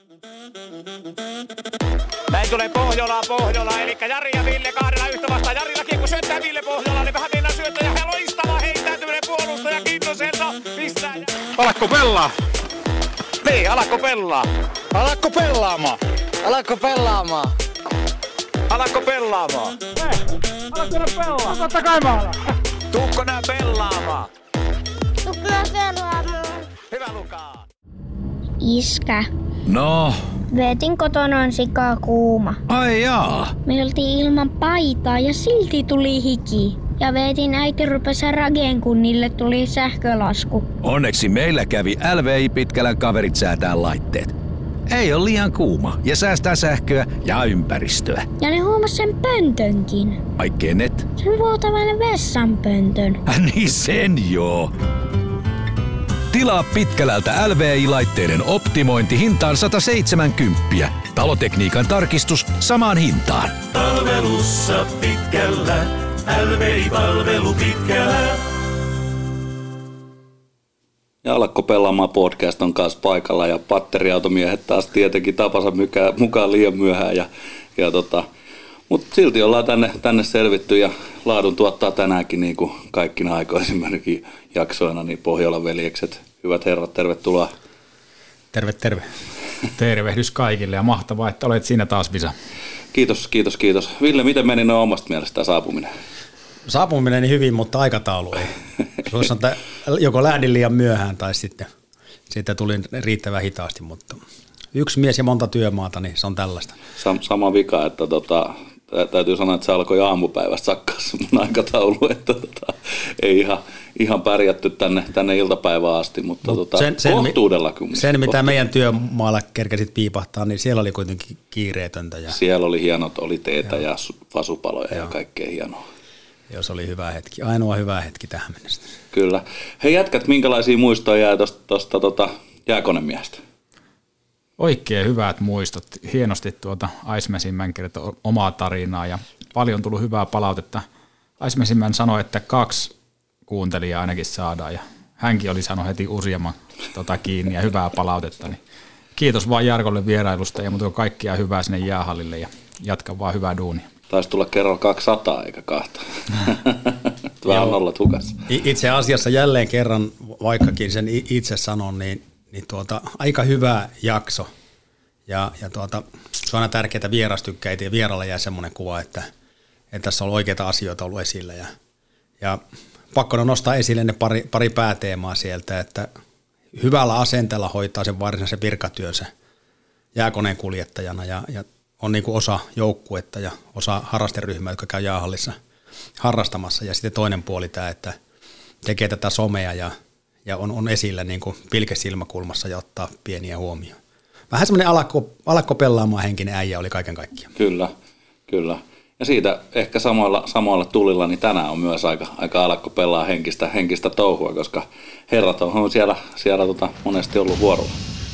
Näin tulee Pohjola, eli Jari ja Ville kahdella yhtä vastaan. Jarilla kiekko syöttää Ville Pohjola, niin vähän mennään syöttäjä ja loistava heittäytyminen puolustaja Kintoselta. Pistää. Alakko pelaa? Niin, alakko pelaa? Alakko pelaamaan? Alakko pelaamaan? Alakko pelaamaan? Alakko pelaa? Totta kai mä alan. Tuukko nää pelaamaan? Tuukko nää pelaamaan? Hyvä Luka. Iskä. No? Veetin kotona on sikaa kuuma. Ai jaa. Me oltiin ilman paitaa ja silti tuli hiki. Ja veetin äiti rupesi rageen, kun niille tuli sähkölasku. Onneksi meillä kävi LVI Pitkälän kaverit säätää laitteet. Ei ole liian kuuma ja säästää sähköä ja ympäristöä. Ja ne huomasi sen pöntönkin. Ai kenet? Sen vuotavan vessanpöntön. Niin sen joo. Tilaa Pitkälältä LVI-laitteiden optimointi hintaan 170. Talotekniikan tarkistus samaan hintaan. Palvelussa Pitkällä. LVI-palvelu Pitkällä. Ja Alakko pelaamaan podcast on kanssa paikalla ja patteriautomiehet taas tietenkin tapansa mukaan liian myöhään. Mutta silti ollaan tänne selvitty ja laadun tuottaa tänäänkin niin kuin kaikkina aikoisimminkin jaksoina niin Pohjolan veljekset. Hyvät herrat, tervetuloa. Terve. Tervehdys kaikille ja mahtavaa, että olet siinä taas, Visa. Kiitos. Ville, miten meni noin omasta mielestä saapuminen? Saapuminen meni hyvin, mutta aikataulu ei. Suossa joko lähdin liian myöhään tai sitten siitä tulin riittävän hitaasti, mutta yksi mies ja monta työmaata, niin se on tällaista. Sama vika, että täytyy sanoa, että se alkoi jo aamupäivästä sakkaa mun aikataulu, että ei ihan pärjätty tänne iltapäivään asti, mutta kohtuudella kyllä. Sen, mitä meidän työmaalla kerkesit piipahtaa, niin siellä oli kuitenkin kiireetöntä. Ja siellä oli hienot, oli teetä ja fasupaloja ja kaikkea hienoa. Joo, se oli hyvä hetki. Ainoa hyvä hetki tähän mennessä. Kyllä. Hei jätkät, minkälaisia muistoja jää tuosta jääkonemiehestä? Oikein hyvät muistot. Hienosti Ice Machine kertoi omaa tarinaa ja paljon tullut hyvää palautetta. Ice Machine sanoi, että 2 kuuntelijaa ainakin saadaan ja hänkin oli saanut heti useamman kiinni ja hyvää palautetta. Niin kiitos vaan Jarkolle vierailusta ja mutta kaikkia hyvää sinne jäähallille ja jatka vaan hyvää duunia. Taisi tulla kerralla 200 eikä 2. Vähän nollat hukassa. Itse asiassa jälleen kerran, vaikkakin sen itse sanon, niin aika hyvä jakso. Ja se on aina tärkeää vierastykkäitä ja vieraalla jää semmoinen kuva, että tässä on oikeita asioita ollut esillä. Ja pakko on nostaa esille ne pari pääteemaa sieltä, että hyvällä asenteella hoitaa sen varsinaisen virkatyönsä jääkoneen kuljettajana ja on niin kuin osa joukkuetta ja osa harrasteryhmää, jotka käy jäähallissa harrastamassa. Ja sitten toinen puoli tämä, että tekee tätä somea ja on esillä niin kuin pilke silmäkulmassa ja ottaa pieniä huomioon. Vähän semmoinen alakko pelaamaan henkinen äijä oli kaiken kaikkiaan. Kyllä. Ja siitä ehkä samoilla tulilla, niin tänään on myös aika alakko pelaa henkistä touhua, koska herrat on siellä monesti ollut vuorolla.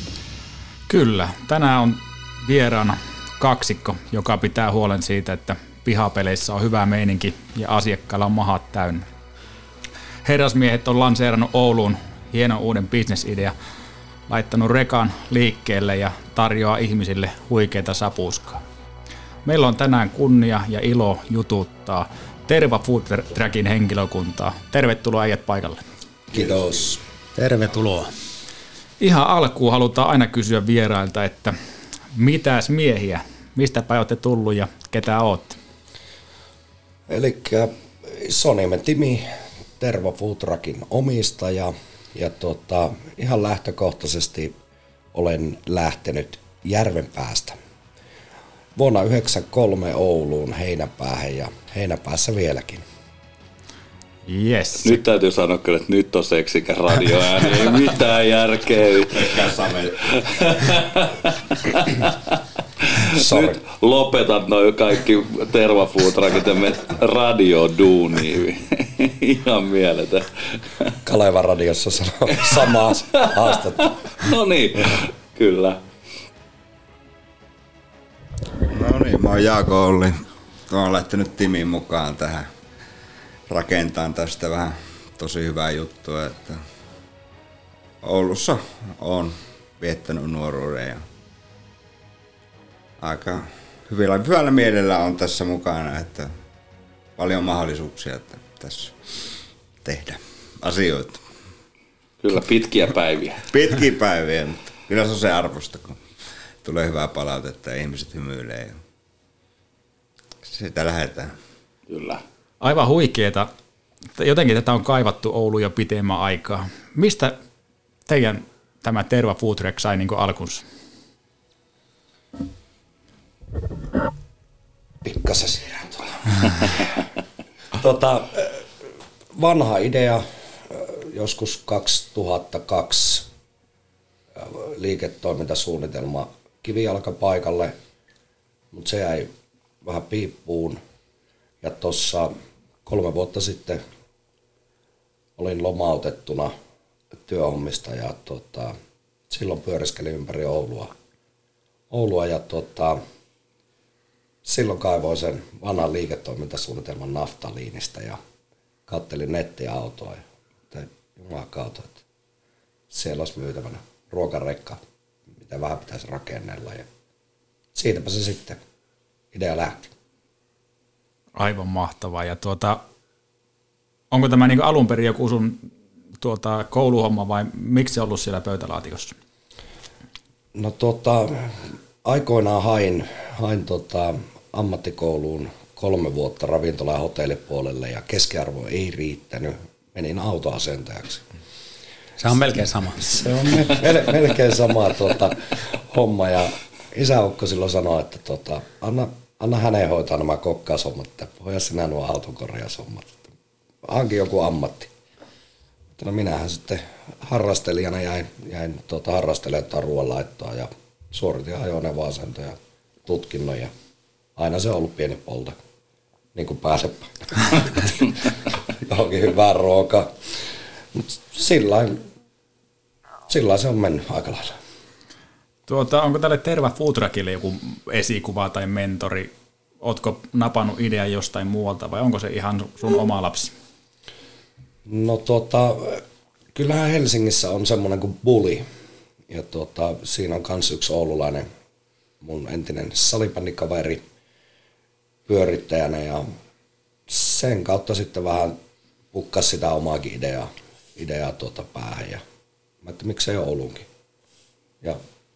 Kyllä, tänään on vieraana kaksikko, joka pitää huolen siitä, että pihapeleissä on hyvä meininki ja asiakkailla on mahat täynnä. Herrasmiehet on lanseerannut Ouluun hienon uuden bisnesidea, laittanut rekan liikkeelle ja tarjoaa ihmisille huikeita sapuskaa. Meillä on tänään kunnia ja ilo jututtaa Terva Food Trackin henkilökuntaa. Tervetuloa äijät paikalle. Kiitos. Tervetuloa. Ihan alkuun halutaan aina kysyä vierailta, että mitäs miehiä, mistäpä olette tullut ja ketä ootte? Elikkä Soniemen Timi, Terva Food Trackin omistaja ja ihan lähtökohtaisesti olen lähtenyt Järvenpäästä. Vuonna 1993 Ouluun Heinäpäähän ja Heinäpäässä vieläkin. Yes. Nyt täytyy sanoa kyllä, että nyt on seksikä radioääni, ei mitään järkeä. Nyt lopetat noin kaikki Terva Food Trackit ja menet radioduuniin. Ihan mieletön. Kalevan radiossa sanoo samaa haastetta. No niin, kyllä. No niin, mä oon Jaakko Olli. Olen lähtenyt Timin mukaan tähän rakentamaan tästä vähän tosi hyvää juttua, että Oulussa on viettänyt nuoruuden ja aika hyvällä mielellä on tässä mukana, että paljon mahdollisuuksia että tässä tehdä asioita. Kyllä pitkiä päiviä. Pitkiä päiviä, mutta kyllä se on se arvosta, kun tulee hyvää palautetta ja ihmiset hymyilee. Ja sitä lähdetään. Kyllä. Aivan huikeeta. Jotenkin tätä on kaivattu Ouluun jo pitemmän aikaa. Mistä teidän tämä Terva Food Truck sai niin alkunsa? Pikkasen siellä vanha idea, joskus 2002 liiketoimintasuunnitelma kivijalkapaikalle, mutta se jäi vähän piippuun. Ja tuossa 3 vuotta sitten olin lomautettuna työhommista ja silloin pyöriskelin ympäri Oulua ja silloin kaivoin sen vanhan liiketoimintasuunnitelman naftaliinista ja kattelin nettiautoa ja tein jumalakauta, että siellä olisi myytävänä ruokarekka, mitä vähän pitäisi rakennella ja siitäpä se sitten idea lähti. Aivan mahtavaa. Ja onko tämä niin alun perin joku sun kouluhomma vai miksi se on ollut siellä pöytälaatikossa? No aikoinaan hain ammattikouluun 3 vuotta ravintola- ja hotellipuolelle ja keskiarvo ei riittänyt. Menin autoasentajaksi. Se on melkein sama. Se on melkein sama homma ja isäukko silloin sanoi, että anna hänen hoitaa nämä kokkaashommat, että hoida sinä nuo autokorjaushommat. Hankin joku ammatti. No minähän sitten harrastelijana jäin harrastelemaan ruoanlaittoa ja suoritin ajoneuvoasento ja tutkinnon ja aina se on ollut pieni polta, niin kuin pääsepä johonkin hyvää ruokaa. Mutta sillain se on mennyt aika lailla. Onko tälle Terva Food Truckille joku esikuva tai mentori? Ootko napannut idean jostain muualta vai onko se ihan sun oma lapsi? No kyllähän Helsingissä on semmoinen kuin Bully ja siinä on kans yksi oululainen mun entinen salibändikaveri pyörittäjänä ja sen kautta sitten vähän pukkas sitä omaakin ideaa päähän ja mä että miksei Oulunkin. Ja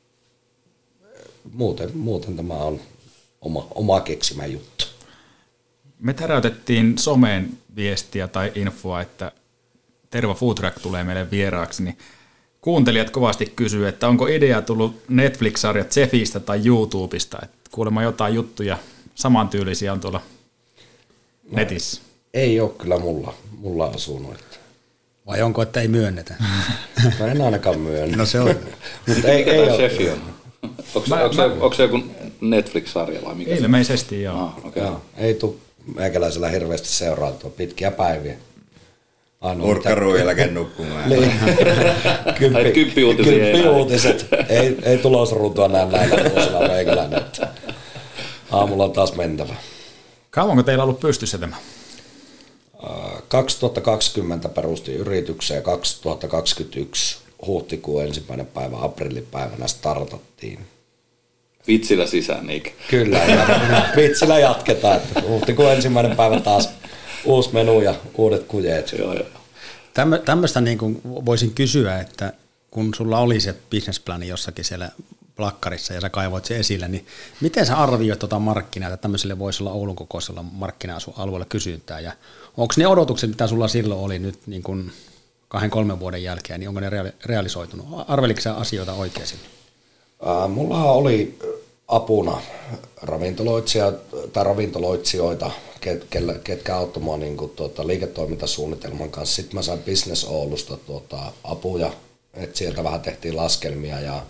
muuten tämä on oma keksimä juttu. Me täräytettiin someen viestiä tai infoa, että Terva Food Truck tulee meille vieraaksi, niin kuuntelijat kovasti kysyy, että onko idea tullut Netflix-sarjat Zefistä tai YouTubesta, että kuulemma jotain juttuja samantyylisiä on tuolla netissä. Ei ole kyllä mulla asunut. Vai onko, että ei myönnetä? No en ainakaan myönnä. No se on. Mutta ei ole. Zefi on? Onko se joku Netflix-sarja vai mikä? Ilmeisesti joo. Okay. Joo. Ei tule meikäläisellä hirveästi seurailtua pitkiä päiviä. Urkkaruun jälkeen nukkumaan. Kymppiuutiset. Ei tulosruutua näillä vuosilla meikäläinen. Aamulla on taas mentävä. Kauanko teillä on ollut pystyssä tämä? 2020 perustin yritykseen ja 2021 huhtikuun 1. päivä aprillipäivänä startattiin. Vitsillä sisään, eikö? Kyllä, ja vitsillä jatketaan. Huhtikuun 1. päivä taas uusi menu ja uudet kujeet. Joo. Tämmöistä niin kuin voisin kysyä, että kun sulla oli se businessplani jossakin siellä plakkarissa ja sä kaivoit sen esille, niin miten sä arvioit tuota markkinaa, että tämmöiselle voisi olla Oulun kokoisella markkina-alueella kysyntää ja onko ne odotukset, mitä sulla silloin oli nyt niin kuin 2-3 vuoden jälkeen, niin onko ne realisoitunut? Arveliko sä asioita oikein? Mullahan oli apuna ravintoloitsijoita, ketkä auttoi mua niin liiketoimintasuunnitelman kanssa. Sitten mä sain Business Oulusta apuja, että sieltä vähän tehtiin laskelmia ja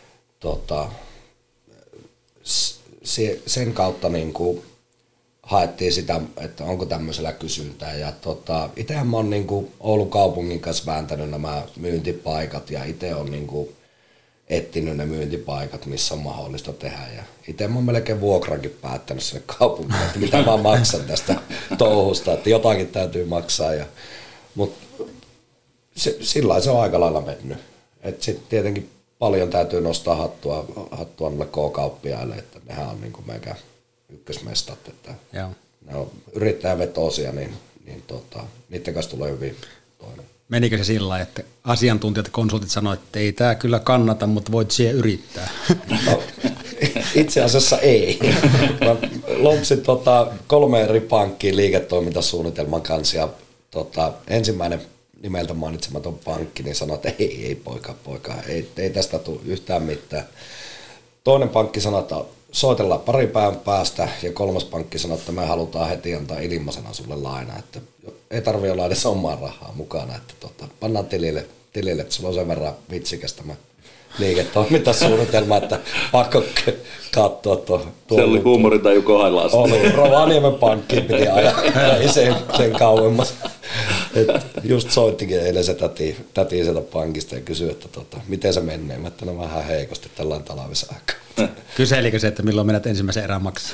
sen kautta niin kuin haettiin sitä, että onko tämmöisellä kysyntää. Ja itsehän mä oon niin kuin Oulun kaupungin kanssa vääntänyt nämä myyntipaikat ja itse on niin kuin etsinyt ne myyntipaikat, missä on mahdollista tehdä. Ja itse mä oon melkein vuokrankin päättänyt sinne kaupungille, että mitä mä maksan tästä touhusta, että jotakin täytyy maksaa. Mutta sillä se on aika lailla mennyt. Sitten tietenkin paljon täytyy nostaa hattua niille K-kauppiaille, että nehän on niin kuin meikä ykkösmestat, että Joo. ne on yrittäjävetoisia, niin niiden kanssa tulee hyvin toinen. Menikö se sillä lailla, että asiantuntijat ja konsultit sanoivat, että ei tämä kyllä kannata, mutta voit siihen yrittää? No, itse asiassa ei. Mä lompsin 3 eri pankkiin liiketoimintasuunnitelman kanssa ja ensimmäinen nimeltä mainitsematon pankki niin sanoi, että ei poika, ei tästä tule yhtään mitään. Toinen pankki sanoi, että soitellaan pari päivän päästä ja 3. pankki sanoi, että me halutaan heti antaa ilmaisena sulle laina, että ei tarvitse olla edes omaa rahaa mukana, että pannaan tilille, että sulla on sen verran vitsikäs tämä liiketoimintasuunnitelma, että pakko katsoa tuo. Se oli huumorintaju kohdallaan. Oli, Rovaniemen pankkiin piti ajaa, ei sen kauemmas. Just soittikin eilen se täti sieltä pankista ja kysyi, että miten se menee. Mä että vähän heikosti tällainen talvisaikaa. Kyselikö se, että milloin menet ensimmäisen erään maksaa?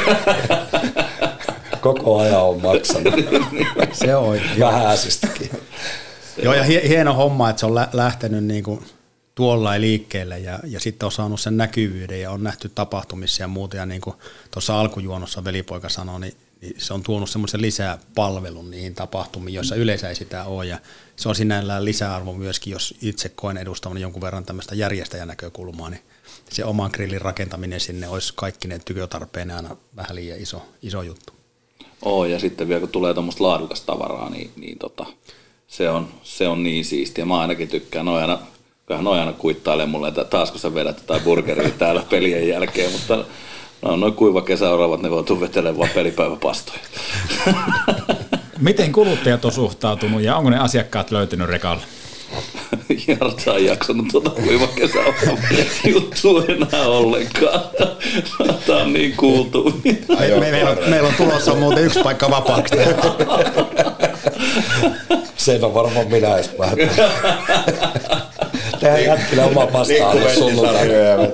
Koko ajan on maksanut. Se on oikein. Vähäisistäkin. Joo, ja hieno homma, että se on lähtenyt niin kuin tuollain liikkeelle ja sitten on saanut sen näkyvyyden ja on nähty tapahtumissa ja muuta. Ja niin kuin tuossa alkujuonossa velipoika sanoi, niin se on tuonut semmoisen lisää palvelun niihin tapahtumiin, joissa yleensä ei sitä ole. Ja se on sinällään lisäarvo myöskin, jos itse koen edustavan jonkun verran tämmöistä järjestäjän näkökulmaa, niin se oman grillin rakentaminen sinne olisi kaikki ne tykötarpeen aina vähän liian iso juttu. Ja sitten vielä kun tulee tuommoista laadukasta tavaraa, niin se on niin siistiä. Mä ainakin tykkään, kyllähän aina kuittailee mulle, että taasko sä vedät jotain burgeria täällä pelien jälkeen, mutta noin kuiva kesäoravat, ne voi vetelemään vaan pelipäiväpastoja. Miten kuluttajat on suhtautunut ja onko ne asiakkaat löytynyt rekalle? Jartsa on jaksanut kuiva kesäoravat juttua enää ollenkaan. Tämä on niin kuultu. Meillä on tulossa muuten 1 paikka vapaaksi. Sen on varmaan minä edes päätä. Tehdään jätkille oma pastaa alle sunnuntaina.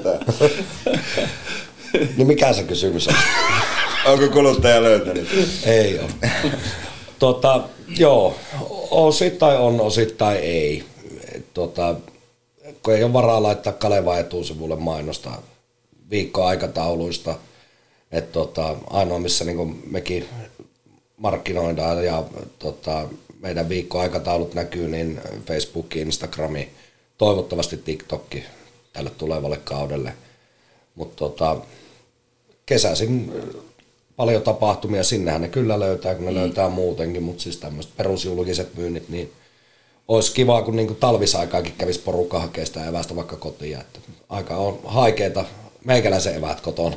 Niin mikä se kysymys on? Onko kuluttaja löytänyt? Ei ole. Joo, osittain on, osittain ei. Kun ei ole varaa laittaa Kalevan etusivulle mainosta viikkoaikatauluista, että ainoa missä niin mekin markkinoidaan ja meidän viikkoaikataulut näkyy, niin Facebook, Instagrami, toivottavasti TikTokki tälle tulevalle kaudelle. Mutta kesäisin paljon tapahtumia, sinnehän ne kyllä löytää, kun ne löytää muutenkin, mutta siis tämmöiset perusjulkiset myynnit, niin olisi kiva, kun niinku talvisaikaakin kävisi porukka hakea sitä evästä vaikka kotiin. Että aika on haikeeta meikäläisen eväät kotona.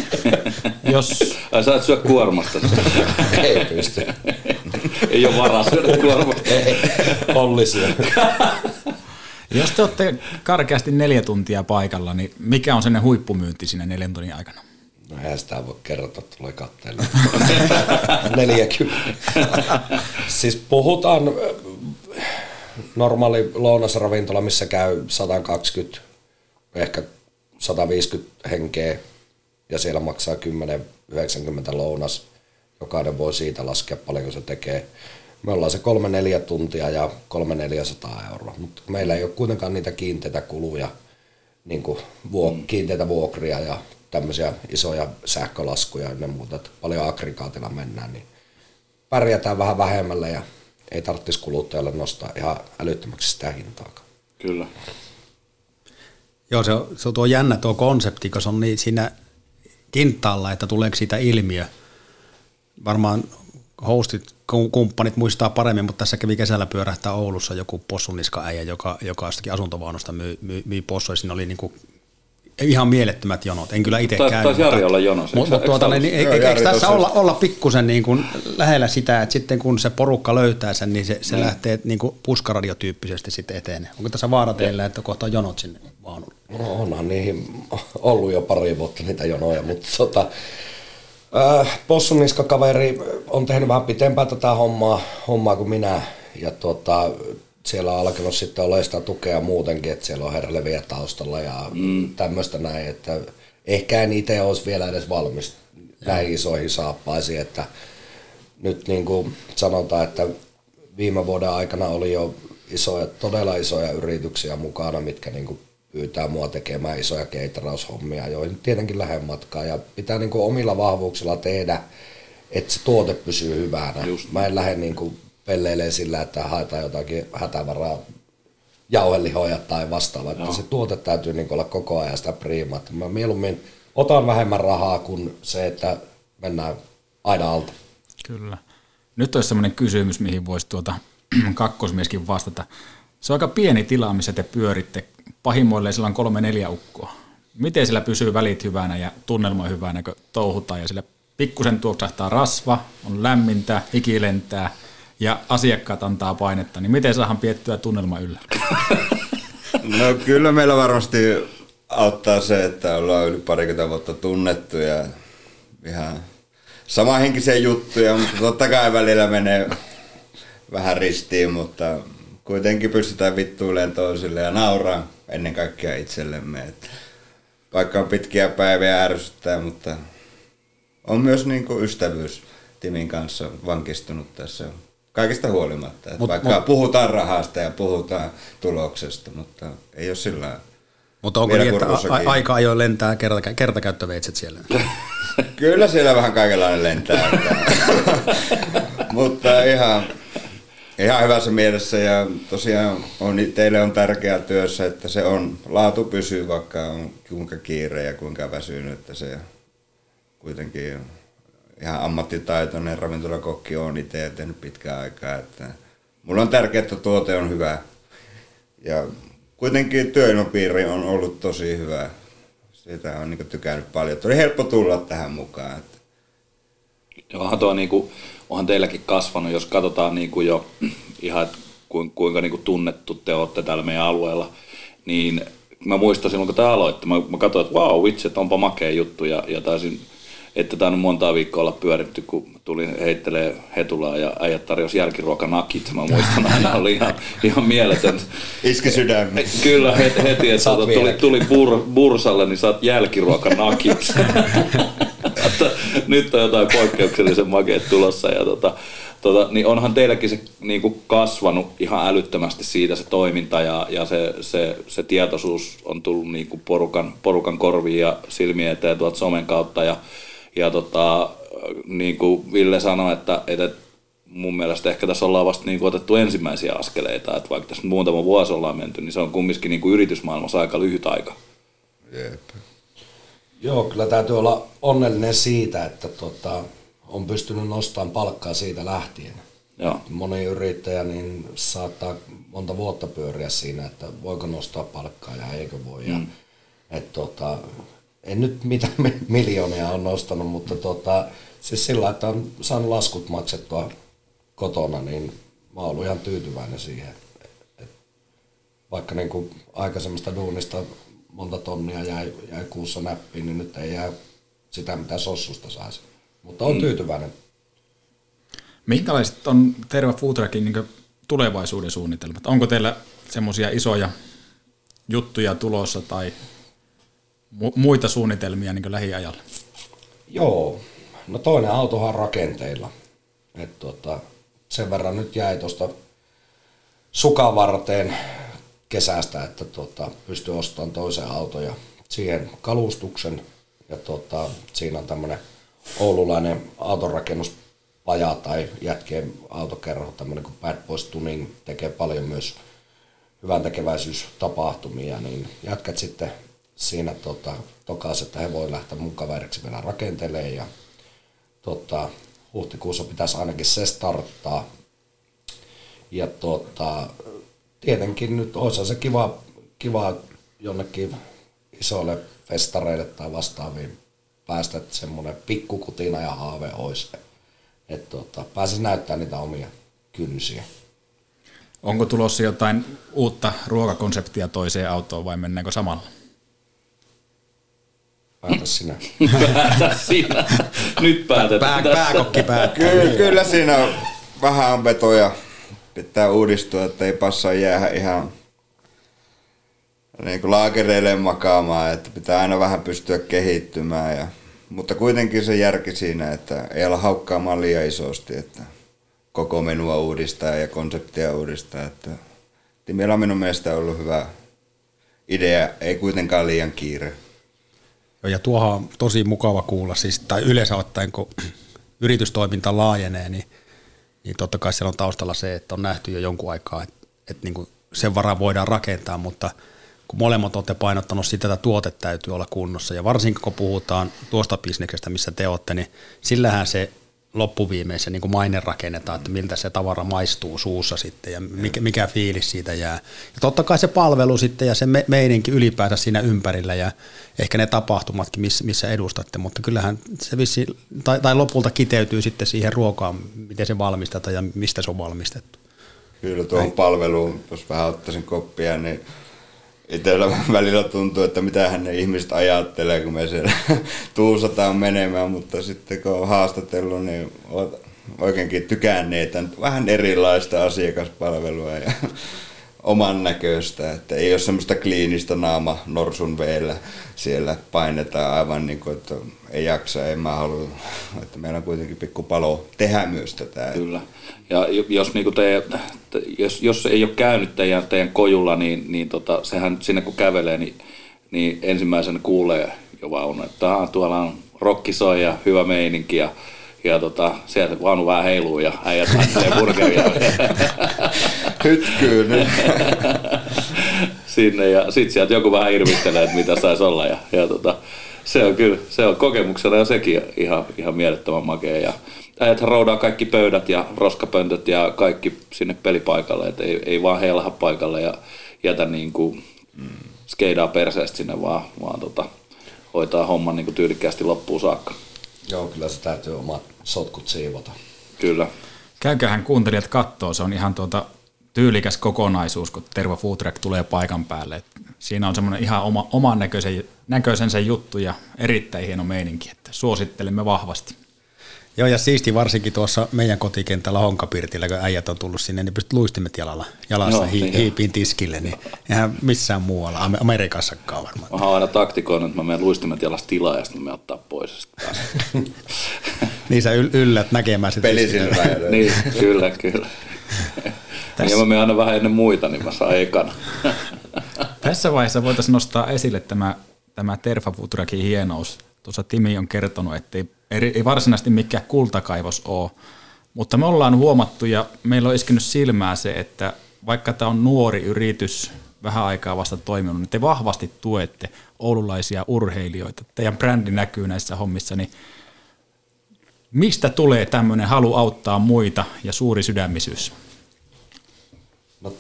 Sä et syö kuormasta. Ei pysty. Ei ole varaa syödä kuormasta. Ei, Olli syö. Jos te olette karkeasti 4 tuntia paikalla, niin mikä on sellainen huippumyynti siinä 4 tunnin aikana? No eihän sitä voi kerrota, tulee katteella. 40. Siis puhutaan normaali lounasravintola, missä käy 120, ehkä 150 henkeä ja siellä maksaa 10-90 lounas. Jokainen voi siitä laskea paljonko se tekee. Me ollaan se 3-4 tuntia ja 300-400 euroa, mutta meillä ei ole kuitenkaan niitä kiinteitä kuluja, niin kuin kiinteitä vuokria ja tämmöisiä isoja sähkölaskuja ja muuta, että paljon aggregaatilla mennään, niin pärjätään vähän vähemmällä ja ei tarvitsisi kuluttajalle nostaa ihan älyttömäksi sitä hintaakaan. Kyllä. Joo, se on tuo jännä tuo konsepti, kun se on niin siinä kintaalla, että tuleeko siitä ilmiö. Varmaan hostit, kumppanit muistaa paremmin, mutta tässä kävi kesällä pyörähtää Oulussa joku possuniska-äijä, joka jostakin asuntovaunusta myi possuja. Siinä oli niinku ihan mielettömät jonot. En kyllä itse käynyt. Taisi Jari olla jonossa. Eikö tässä olla pikkusen niin kuin lähellä sitä, että sitten kun se porukka löytää sen, niin se lähtee niin kuin puskaradiotyyppisesti sitten etenee. Onko tässä vaara teillä, että kohta on jonot sinne vaunulle? No onhan niihin ollut jo pari vuotta niitä jonoja, mutta possuniskakaveri on tehnyt vähän pitempään tätä hommaa kuin minä ja siellä on alkanut sitten olla sitä tukea muutenkin, että siellä on herleviä taustalla ja tämmöistä näin, että ehkä en itse olisi vielä edes valmis näin isoihin saappaisiin, että nyt niin kuin sanotaan, että viime vuoden aikana oli jo todella isoja yrityksiä mukana, mitkä niin kuin pyytää mua tekemään isoja keitaraushommia, joihin tietenkin lähden matkaan. Ja pitää niin kuin omilla vahvuuksilla tehdä, että se tuote pysyy hyvänä. Just. Mä en lähde niin kuin pelleilemään sillä, että haetaan jotakin hätävaraa jauhelihoja tai vastaavaa. No. Se tuote täytyy niin olla koko ajan sitä priimaa. Mä mieluummin otan vähemmän rahaa kuin se, että mennään aina alta. Kyllä. Nyt olisi sellainen kysymys, mihin voisi kakkosmieskin vastata. Se on aika pieni tila, missä te pyöritte. Pahimmoilleen sillä on 3-4 ukkoa. Miten sillä pysyy välit hyvänä ja tunnelma hyvänä, kun touhutaan ja sillä pikkusen tuoksahtaa rasva, on lämmintä, hiki lentää ja asiakkaat antaa painetta, niin miten saadaan piettyä tunnelma yllä? No kyllä meillä varmasti auttaa se, että ollaan yli 20 vuotta tunnettu ja ihan samanhenkisiä juttuja, mutta totta kai välillä menee vähän ristiin, mutta kuitenkin pystytään vittuilemaan toisille ja nauraan ennen kaikkea itsellemme. Että vaikka on pitkiä päiviä ärsyttää, mutta on myös niin kuin ystävyys Timin kanssa vankistunut tässä kaikista huolimatta. Vaikka puhutaan rahasta ja puhutaan tuloksesta, mutta ei ole sillä lailla. Mutta onko niin, että aika ajoin lentää kertakäyttöveitset siellä? Kyllä siellä vähän kaikenlainen lentää. Mutta ihan hyvässä mielessä ja tosiaan teille on tärkeää työssä, että se on laatu pysyy, vaikka on kuinka kiire ja kuinka väsynyt, että se kuitenkin ihan ammattitaitoinen ravintolakokki on itse tehnyt pitkään aikaa. Että mulla on tärkeää, että tuote on hyvä ja kuitenkin työilmapiiri on ollut tosi hyvä. Siitä on niin tykännyt paljon. Oli helppo tulla tähän mukaan. Että. Onhan tuo onhan teilläkin kasvanut, jos katsotaan jo ihan, että kuinka tunnettu te olette täällä meidän alueella, niin mä muistan silloin, kun tämä aloitti, mä katsoin, että vau, vitsi, että onpa makea juttu, ja taisin, että tämä on montaa viikkoa olla pyöritty, kun tulin heittelee Hetulaa ja äijät tarjosi jälkiruokanakit, mä muistan aina, oli ihan mieletön. Iski sydämen. Kyllä, heti, että tuli bursalle, niin saat jälkiruokanakit. Nyt on jotain poikkeuksellisen makeet tulossa ja niin onhan teilläkin se kasvanut ihan älyttömästi siitä se toiminta ja se tietoisuus on tullut porukan korviin ja silmien eteen tuolta somen kautta ja niin kuin Ville sanoi, että mun mielestä ehkä tässä ollaan vasta otettu ensimmäisiä askeleita, että vaikka tässä muutama vuosi ollaan menty, niin se on kumminkin yritysmaailmassa aika lyhyt aika. Jep. Joo, kyllä täytyy olla onnellinen siitä, että on pystynyt nostamaan palkkaa siitä lähtien. Joo. Moni yrittäjä niin saattaa monta vuotta pyöriä siinä, että voiko nostaa palkkaa ja eikö voi. Ja, en nyt mitään miljoonia ole nostanut, mutta siis sillä, että on saanut laskut maksettua kotona, niin mä oon ollut ihan tyytyväinen siihen. Vaikka niin kuin aikaisemmasta duunista monta tonnia jäi kuussa näppiin, niin nyt ei jää sitä, mitä sossusta saisi. Mutta on tyytyväinen. Minkälaiset on Terva Food Truckin tulevaisuuden suunnitelmat? Onko teillä semmoisia isoja juttuja tulossa tai muita suunnitelmia lähiajalla? Joo. No toinen autohan rakenteilla. Sen verran nyt jäi tuosta sukan varteen kesästä, että pystyy ostamaan toisen auton ja siihen kalustuksen. Ja siinä on tämmöinen oululainen autorakennuspaja tai jätkien autokerho, tämmöinen kuin Bad Boys Tuning, tekee paljon myös hyvän tekeväisyystapahtumia, niin jätkät sitten siinä tokaisi, että he voi lähteä mun kaveriksi vielä rakentelemaan ja huhtikuussa pitäisi ainakin se starttaa. Ja tietenkin nyt olisi se kiva jonnekin isoille festareille tai vastaaviin päästä, että semmoinen pikkukutina ja haave olisi, että pääsisi näyttämään niitä omia kynsiä. Onko tulossa jotain uutta ruokakonseptia toiseen autoon vai mennäänkö samalla? Päätä sinä. Päätä sinä. Nyt päätetään. Pääkokki päättää. Kyllä siinä on vähän vetoja. Pitää uudistua, että ei passaa jäädä ihan niin kuin laakereille makaamaan, että pitää aina vähän pystyä kehittymään. Mutta kuitenkin se järki siinä, että ei olla haukkaamaan liian isosti, että koko menua uudistaa ja konseptia uudistaa. Että Timillä on minun mielestä ollut hyvä idea ei kuitenkaan liian kiire. Ja tuohan on tosi mukava kuulla, siis, tai yleensä ottaen, kun yritystoiminta laajenee, niin totta kai siellä on taustalla se, että on nähty jo jonkun aikaa, että niin kuin sen varaan voidaan rakentaa, mutta kun molemmat olette painottanut sitä, että tuote täytyy olla kunnossa, ja varsinkin kun puhutaan tuosta bisneksestä, missä te olette, niin sillähän se loppuviimeisen niin kuin maine rakennetaan, että miltä se tavara maistuu suussa sitten ja mikä fiilis siitä jää. Ja totta kai se palvelu sitten ja se meininki ylipäänsä siinä ympärillä ja ehkä ne tapahtumatkin, missä edustatte, mutta kyllähän se vissi, tai lopulta kiteytyy sitten siihen ruokaan, miten se valmistetaan ja mistä se on valmistettu. Kyllä tuohon palveluun, jos vähän ottaisin koppia, niin itsellä välillä tuntuu, että mitähän ne ihmiset ajattelee, kun me siellä tuusataan menemään, mutta sitten kun on haastatellut, niin olet oikeinkin tykänneet vähän erilaista asiakaspalvelua ja oman näköistä, että ei ole semmoista kliinistä naama norsun veellä siellä painetaan aivan niin kuin, että ei jaksa, ei mä halua, että meillä on kuitenkin pikku palo tehdä myös tätä. Kyllä, ja jos, niin kuin jos ei ole käynyt teidän kojulla, niin sehän sinne kun kävelee, niin ensimmäisenä kuulee jo vaunu, että tuolla on rokki soi ja hyvä meininki ja sieltä vaunu vähän heiluu ja äijät laittelee burgeria. Hytkyy nyt. Sinne ja sitten sieltä joku vähän irvistelee, että mitä saisi olla ja se on kyllä, se on kokemuksena ja sekin ihan mielettömän makea ja äijäthän roudaa kaikki pöydät ja roskapöntöt ja kaikki sinne pelipaikalle, että ei vaan heilaha paikalle ja jätä niinku skeidaa perseestä sinne, vaan hoitaa homman niinku tyylikkäästi loppuun saakka. Joo, kyllä se täytyy omat sotkut siivota. Kyllä. Käyköhän kuuntelijat kattoo, se on ihan tyylikäs kokonaisuus, kun Terva Food Truck tulee paikan päälle. Et siinä on semmoinen ihan oman näköisensä juttu ja erittäin hieno meininki, että suosittelemme vahvasti. Joo, ja siisti varsinkin tuossa meidän kotikentällä Honkapirtillä, kun äijät on tullut sinne, niin pystyt luistimet jalassa hiipiin tiskille, niin eihän missään muualla, Amerikassakaan varmaan. Mä oon aina taktikoinut, että mä menen luistimet jalassa tilaa ja sitten mä ottaa pois. Niin sä yllät näkemään sitä. Pelisilmäillä. Niin, kyllä. Ja mä menen aina vähän ennen muita, niin mä saan ekana. Tässä vaiheessa voitaisiin nostaa esille tämä Terva Food Truckin hienous. Tuossa Timi on kertonut, että ei varsinaisesti mikään kultakaivos ole, mutta me ollaan huomattu ja meillä on iskenyt silmää se, että vaikka tämä on nuori yritys, vähän aikaa vasta toiminut, niin te vahvasti tuette oululaisia urheilijoita. Teidän brändi näkyy näissä hommissa, niin mistä tulee tämmöinen halu auttaa muita ja suuri sydämisyys? No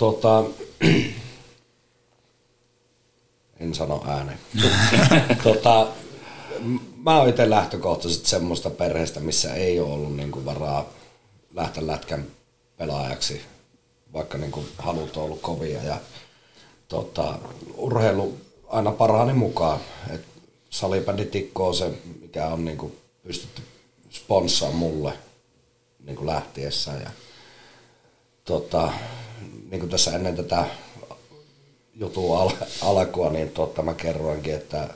en sano ääneen. Mä oon itse lähtökohtaisesti semmoista perheestä, missä ei ole ollut niinku varaa lähteä lätkän pelaajaksi, vaikka niinku halut on ollut kovia. Ja urheilu aina parhaani mukaan. Et salibänditikko on se, mikä on niinku pystytty sponssaamaan mulle niinku lähtiessä. Ja niin kuin tässä ennen tätä jutun alkua, niin mä kerroinkin, että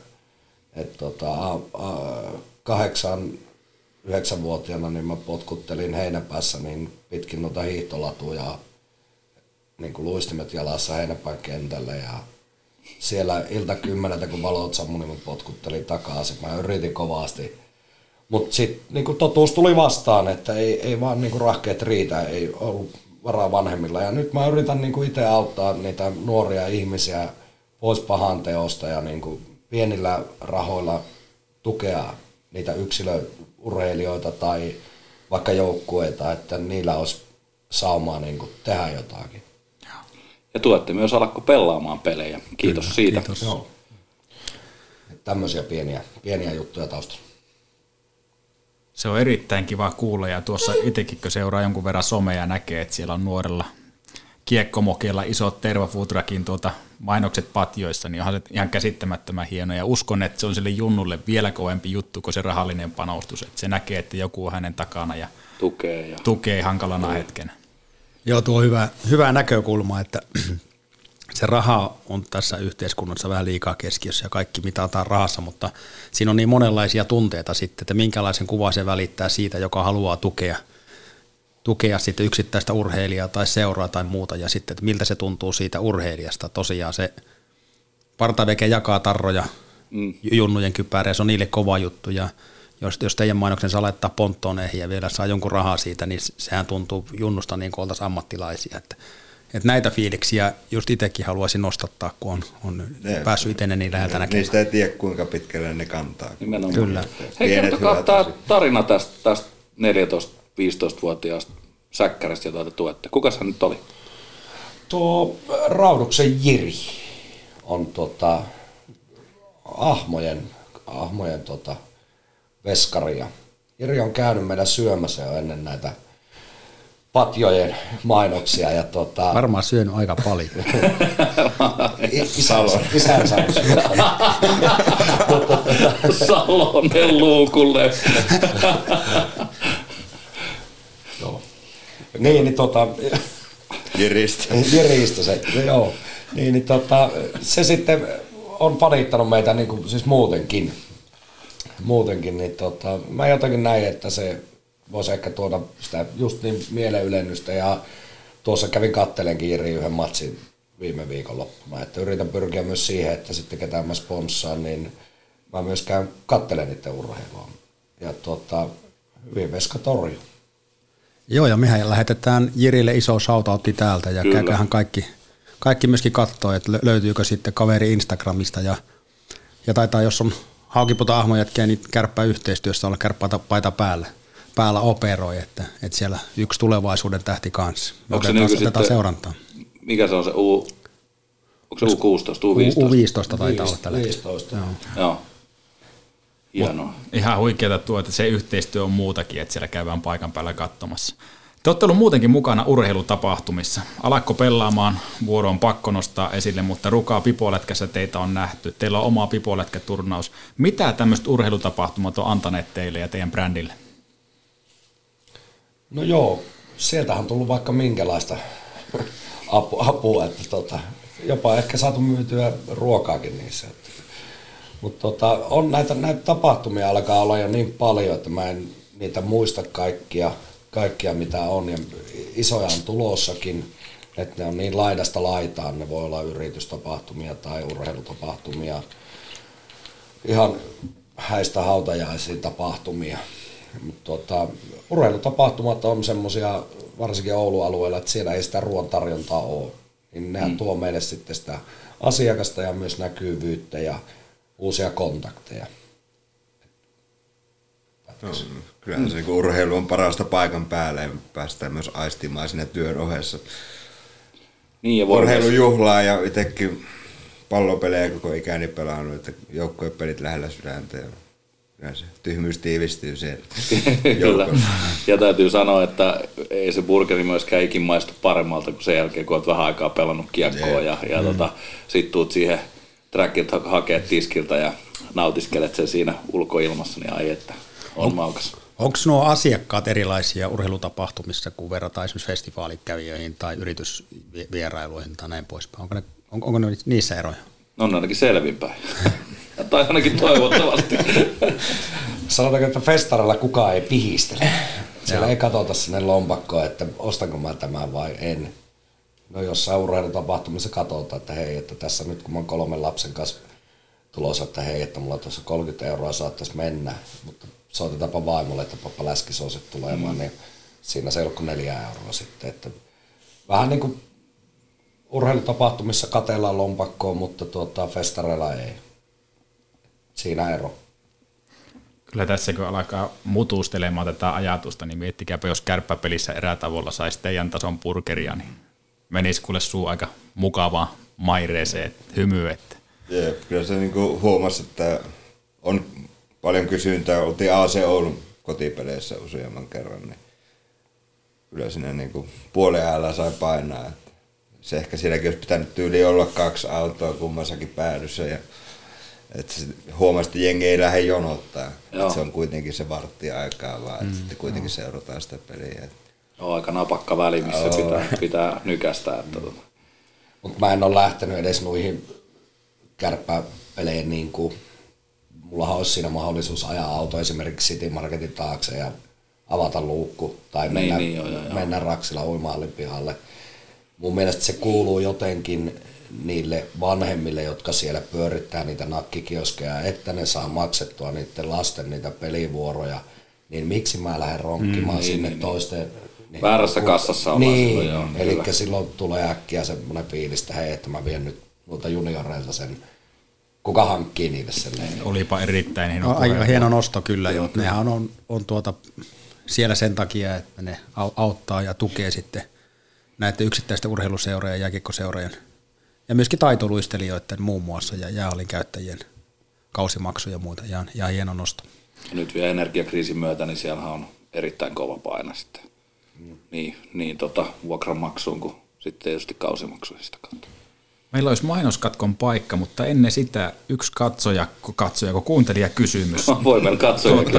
8-9-vuotiaana niin mä potkuttelin heinäpäässä niin pitkin noita hiihtolatuja niin kuin luistimet jalassa heinäpään kentälle ja siellä ilta 10, kun valot sammui, niin mä potkuttelin takaisin. Mä yritin kovasti. Mutta sitten niin totuus tuli vastaan, että ei vaan niin rahkeet riitä, ei ollut varaa vanhemmilla. Ja nyt mä yritän niin itse auttaa niitä nuoria ihmisiä pois pahan teosta ja niin pienillä rahoilla tukea niitä yksilöurheilijoita tai vaikka joukkueita, että niillä olisi saumaa niin tehdä jotakin. Ja tuette myös Alakko pelaamaan pelejä. Kiitos kyllä, siitä. Kiitos. Joo. Tämmöisiä pieniä juttuja taustalla. Se on erittäin kiva kuulla ja tuossa itsekin, kun seuraa jonkun verran somea ja näkee, että siellä on nuorella kiekkomokeilla isot Terva Food Truckin mainokset patjoissa, niin onhan se ihan käsittämättömän hieno ja uskon, että se on sille junnulle vielä kovempi juttu kuin se rahallinen panostus, että se näkee, että joku on hänen takana ja tukee hankalana hetkenä. Joo, tuo on hyvä näkökulma, että se raha on tässä yhteiskunnassa vähän liikaa keskiössä ja kaikki mitataan rahassa, mutta siinä on niin monenlaisia tunteita sitten, että minkälaisen kuvan se välittää siitä, joka haluaa tukea sitten yksittäistä urheilijaa tai seuraa tai muuta ja sitten, että miltä se tuntuu siitä urheilijasta. Tosiaan se Partaveke jakaa tarroja junnujen kypääreen, se on niille kova juttu ja jos teidän mainoksensa laittaa ponttoneihin ja vielä saa jonkun rahaa siitä, niin sehän tuntuu junnusta niin kuin oltaisiin ammattilaisia. Että näitä fiiliksiä just itsekin haluaisin nostattaa, kun on päässyt itse niin läheltä näkemään. Niistä ei tiedä, kuinka pitkälle ne kantaa. Nimenomaan. Kyllä. Hei, kertokaa tämä tarina tästä 14-15-vuotiaasta säkkäristä, jota te tuette. Kukas hän nyt oli? Tuo Rauduksen Jiri on Ahmojen veskari. Ja Jiri on käynyt meidän syömässä jo ennen näitä patjojen mainoksia. Ja varmaan syönyt aika paljon. Isän saanut syödä. Salonen luukulle. Niin, Jiristä se, joo. Niin, se sitten on fanittanut meitä niin kuin, siis muutenkin, niin mä jotenkin näin, että se voisi ehkä tuoda sitä just niin mielenylennystä ja tuossa kävin kattelenkin Jiri yhden matsin viime viikonloppuna, että yritän pyrkiä myös siihen, että sitten ketään mä sponssaan, niin mä myös käyn kattelen niiden urheilua ja hyvin veska torju. Joo, ja mehän lähetetään Jirille iso shoutoutti täältä ja käyköhän kaikki myöskin katsoo, että löytyykö sitten kaveri Instagramista ja taitaa, jos on Haukiputa-ahmojätkiä, niin kärppää yhteistyössä olla kärppäpaita päällä operoi, että siellä yksi tulevaisuuden tähti kanssa. Otetaan seurantaa. Mikä se on se onko se U16, U15? U15 taitaa olla tällä hetkellä. Joo. Hienoa. Ihan huikeata tuo, että se yhteistyö on muutakin, että siellä käydään paikan päällä katsomassa. Te olette ollut muutenkin mukana urheilutapahtumissa. Alakko pelaamaan vuoro on pakko nostaa esille, mutta Rukaa pipolätkässä teitä on nähty. Teillä on oma pipolätkäturnaus. Mitä tämmöiset urheilutapahtumat on antaneet teille ja teidän brändille? No joo, sieltähän on tullut vaikka minkälaista apua, että jopa ehkä saatu myytyä ruokaakin niissä. Mutta on näitä tapahtumia alkaa olla jo niin paljon, että mä en niitä muista kaikkia mitä on. Ja isoja on tulossakin, että ne on niin laidasta laitaan. Ne voi olla yritystapahtumia tai urheilutapahtumia, ihan häistä hautajaisiin tapahtumia. Mutta urheilutapahtumat on semmoisia, varsinkin Oulun alueella, että siellä ei sitä ruoan tarjontaa ole. Niin nehän tuo meille sitten sitä asiakasta ja myös näkyvyyttä ja uusia kontakteja. Kyllähän se urheilu on parasta paikan päällä ja päästään myös aistimaan siinä työn ohessa. Niin ja urheilujuhlaa ja itsekin pallopelejä koko ikäni pelannut, että joukkuepelit lähellä sydäntä ja se tyhmyys tiivistyy siellä joukossa. Ja täytyy sanoa, että ei se burgeri myöskään ikin maistu paremmalta kuin sen jälkeen, kun olet vähän aikaa pelannut kiekkoa ja sit tuut siihen trackilta hakee tiskiltä ja nautiskelet sen siinä ulkoilmassa, niin ai että on maukas. Onko nuo asiakkaat erilaisia urheilutapahtumissa, kun verrataan esimerkiksi festivaalikävijöihin tai yritysvierailuihin tai näin poispäin? Onko ne niissä eroja? No on ainakin selvinpäin. Tai ainakin toivottavasti. Sanotaanko, että festarilla kukaan ei pihistele. Siellä ei katsota sinne lompakkoon, että ostanko mä tämän vai en. No jossain urheilutapahtumissa katsotaan, että hei, että tässä nyt kun mä oon 3 lapsen kanssa tulossa, että hei, että mulla tuossa 30 € saattaisi mennä, mutta soitetaanpa vaimolle, että pappa läskisousit tulemaan, niin siinä se ei ole kuin 4 € sitten. Että vähän niin kuin urheilutapahtumissa katellaan lompakkoon, mutta festareilla ei. Siinä ero. Kyllä tässä kun alkaa mutustelemaan tätä ajatusta, niin miettikääpä, jos kärppäpelissä erätavolla saisi teidän tason burgeria, niin menisi kuule suu aika mukavaan maireeseen, hymyyn. Jep, kyllä se niinku huomasi, että on paljon kysyntää. Oltiin AC Oulun kotipeleissä useamman kerran, niin kyllä siinä niinku puolen ajalla sai painaa. Se ehkä sielläkin olisi pitänyt tyyli olla 2 autoa kummassakin päädyssä. Ja, että huomasi, että jengi ei lähde jonottaa. Se on kuitenkin se varttiaikaa vaan, että sitten kuitenkin seurataan sitä peliä. On aika napakka väli, missä pitää nykästä. Mutta mä en ole lähtenyt edes noihin kärppäpeleihin niin kuin mullahan olisi siinä mahdollisuus ajaa auto esimerkiksi City Marketin taakse ja avata luukku tai mennä Raksilla uimahallin pihalle. mun mielestä se kuuluu jotenkin niille vanhemmille, jotka siellä pyörittää niitä nakkikioskeja, että ne saa maksettua niiden lasten niitä pelivuoroja, niin miksi mä lähden ronkkimaan sinne toisten... Niin, väärässä kassassa ollaan silloin, joo. Eli silloin tulee äkkiä semmoinen fiilis, että hei, että mä vien nyt noilta junioreilta sen, kuka hankkii niille sen. Olipa erittäin hieno. No, aika hieno nosto kyllä, joo. Nehän on siellä sen takia, että ne auttaa ja tukee sitten näiden yksittäisten urheiluseurojen ja jääkiekkoseurojen ja myöskin taitoluistelijoiden muun muassa ja jäähallin käyttäjien kausimaksuja ja muuta. Ja hieno nosto. Ja nyt vielä energiakriisin myötä, niin siellä on erittäin kova paine sitten. Niin vuokranmaksuun kuin sitten tietysti kausimaksuihin sitä kautta. Meillä olisi mainoskatkon paikka, mutta ennen sitä yksi katsoja kun kuuntelija kysymys. Voi meillä katsojakin.